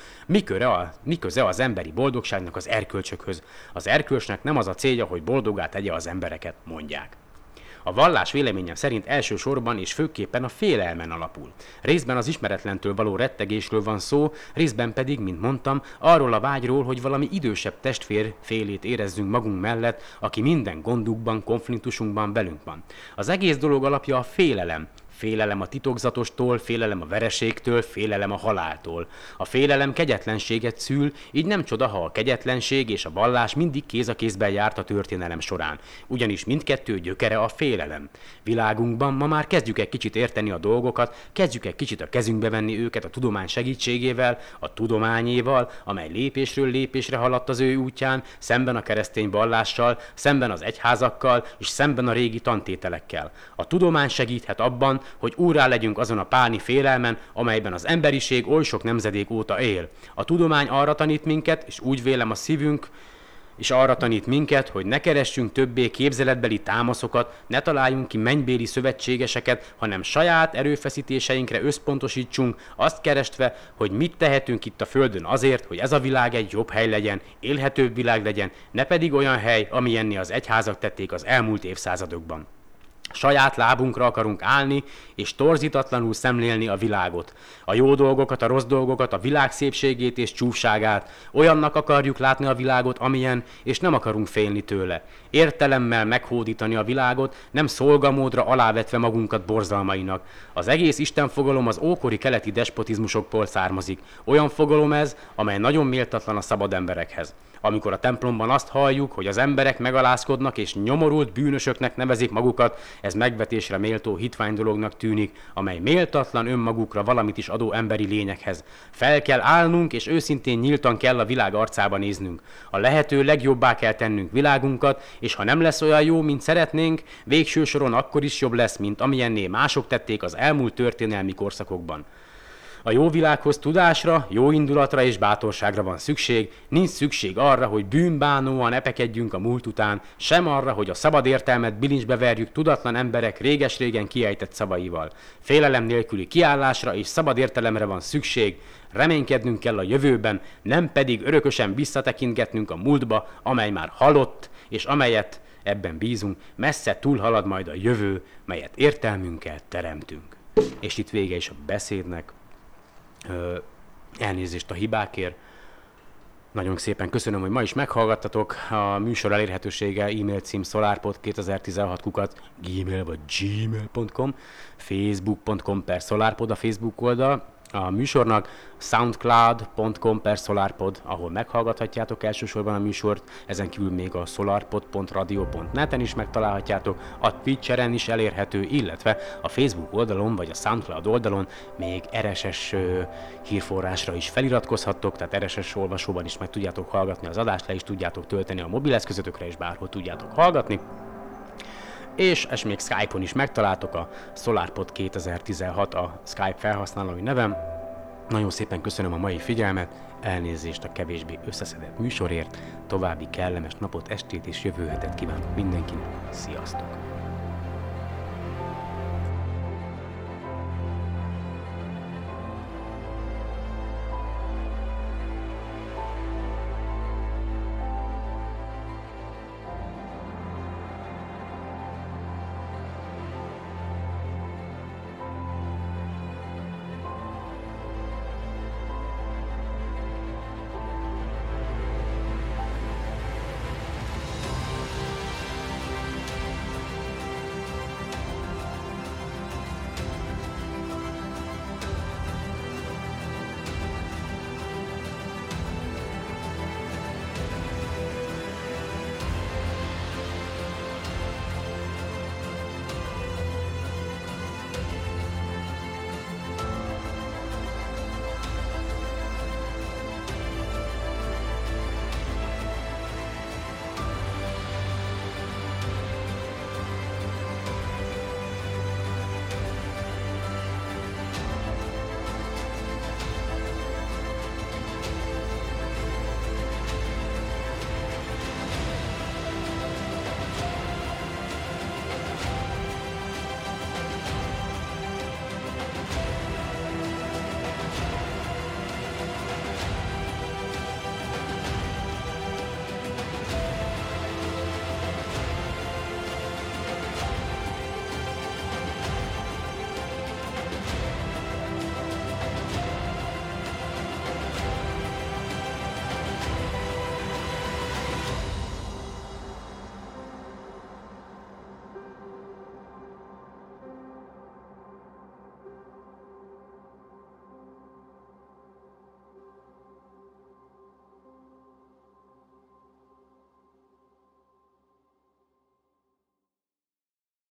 Mi köze az emberi boldogságnak az erkölcsökhöz? Az erkölcsnek nem az a célja, hogy boldoggá tegye az embereket, mondják. A vallás véleményem szerint elsősorban és főképpen a félelmen alapul. Részben az ismeretlentől való rettegésről van szó, részben pedig, mint mondtam, arról a vágyról, hogy valami idősebb testvér félét érezzünk magunk mellett, aki minden gondukban, konfliktusunkban velünk van. Az egész dolog alapja a félelem. Félelem a titokzatostól, félelem a vereségtől, félelem a haláltól. A félelem kegyetlenséget szül, így nem csoda, ha a kegyetlenség és a vallás mindig kéz a kézben járt a történelem során. Ugyanis mindkettő gyökere a félelem. Világunkban ma már kezdjük egy kicsit érteni a dolgokat, kezdjük egy kicsit a kezünkbe venni őket a tudomány segítségével, a tudományéval, amely lépésről lépésre haladt az ő útján, szemben a keresztény vallással, szemben az egyházakkal és szemben a régi tantételekkel. A tudomány segíthet abban, hogy úrrá legyünk azon a pálni félelmen, amelyben az emberiség oly sok nemzedék óta él. A tudomány arra tanít minket, és úgy vélem a szívünk, és arra tanít minket, hogy ne keressünk többé képzeletbeli támaszokat, ne találjunk ki mennybéli szövetségeseket, hanem saját erőfeszítéseinkre összpontosítsunk, azt kerestve, hogy mit tehetünk itt a Földön azért, hogy ez a világ egy jobb hely legyen, élhetőbb világ legyen, ne pedig olyan hely, amilyenné az egyházak tették az elmúlt évszázadokban. Saját lábunkra akarunk állni, és torzítatlanul szemlélni a világot. A jó dolgokat, a rossz dolgokat, a világ szépségét és csúfságát. Olyannak akarjuk látni a világot, amilyen, és nem akarunk félni tőle. Értelemmel meghódítani a világot, nem szolgamódra alávetve magunkat borzalmainak. Az egész istenfogalom az ókori keleti despotizmusokból származik. Olyan fogalom ez, amely nagyon méltatlan a szabad emberekhez. Amikor a templomban azt halljuk, hogy az emberek megalázkodnak és nyomorult bűnösöknek nevezik magukat, ez megvetésre méltó hitvány dolognak tűnik, amely méltatlan önmagukra valamit is adó emberi lényekhez. Fel kell állnunk, és őszintén nyíltan kell a világ arcába néznünk. A lehető legjobbá kell tennünk világunkat, és ha nem lesz olyan jó, mint szeretnénk, végső soron akkor is jobb lesz, mint amilyenné mások tették az elmúlt történelmi korszakokban. A jó világhoz tudásra, jó indulatra és bátorságra van szükség, nincs szükség arra, hogy bűnbánóan epekedjünk a múlt után, sem arra, hogy a szabad értelmet bilincsbe verjük tudatlan emberek réges-régen kiejtett szavaival. Félelem nélküli kiállásra és szabad értelemre van szükség, reménykednünk kell a jövőben, nem pedig örökösen visszatekintgetnünk a múltba, amely már halott, és amelyet, ebben bízunk, messze túlhalad majd a jövő, melyet értelmünkkel teremtünk. És itt vége is a beszédnek. Elnézést a hibákért. Nagyon szépen köszönöm, hogy ma is meghallgattatok. A műsor elérhetősége e-mail cím solarpod2016 vagy gmail.com, facebook.com/solarpod a Facebook oldal. A műsornak soundcloud.com/solarpod, ahol meghallgathatjátok elsősorban a műsort, ezen kívül még a solarpod.radio.net-en is megtalálhatjátok, a Twitcheren is elérhető, illetve a Facebook oldalon vagy a Soundcloud oldalon még RSS hírforrásra is feliratkozhattok, tehát RSS olvasóban is meg tudjátok hallgatni az adást, le is tudjátok tölteni a mobileszközötökre, és bárhol tudjátok hallgatni. És még Skype-on is megtaláltok, a SolarPod 2016 a Skype felhasználói nevem. Nagyon szépen köszönöm a mai figyelmet, elnézést a kevésbé összeszedett műsorért, további kellemes napot, estét és jövő hetet kívánok mindenkinek. Sziasztok!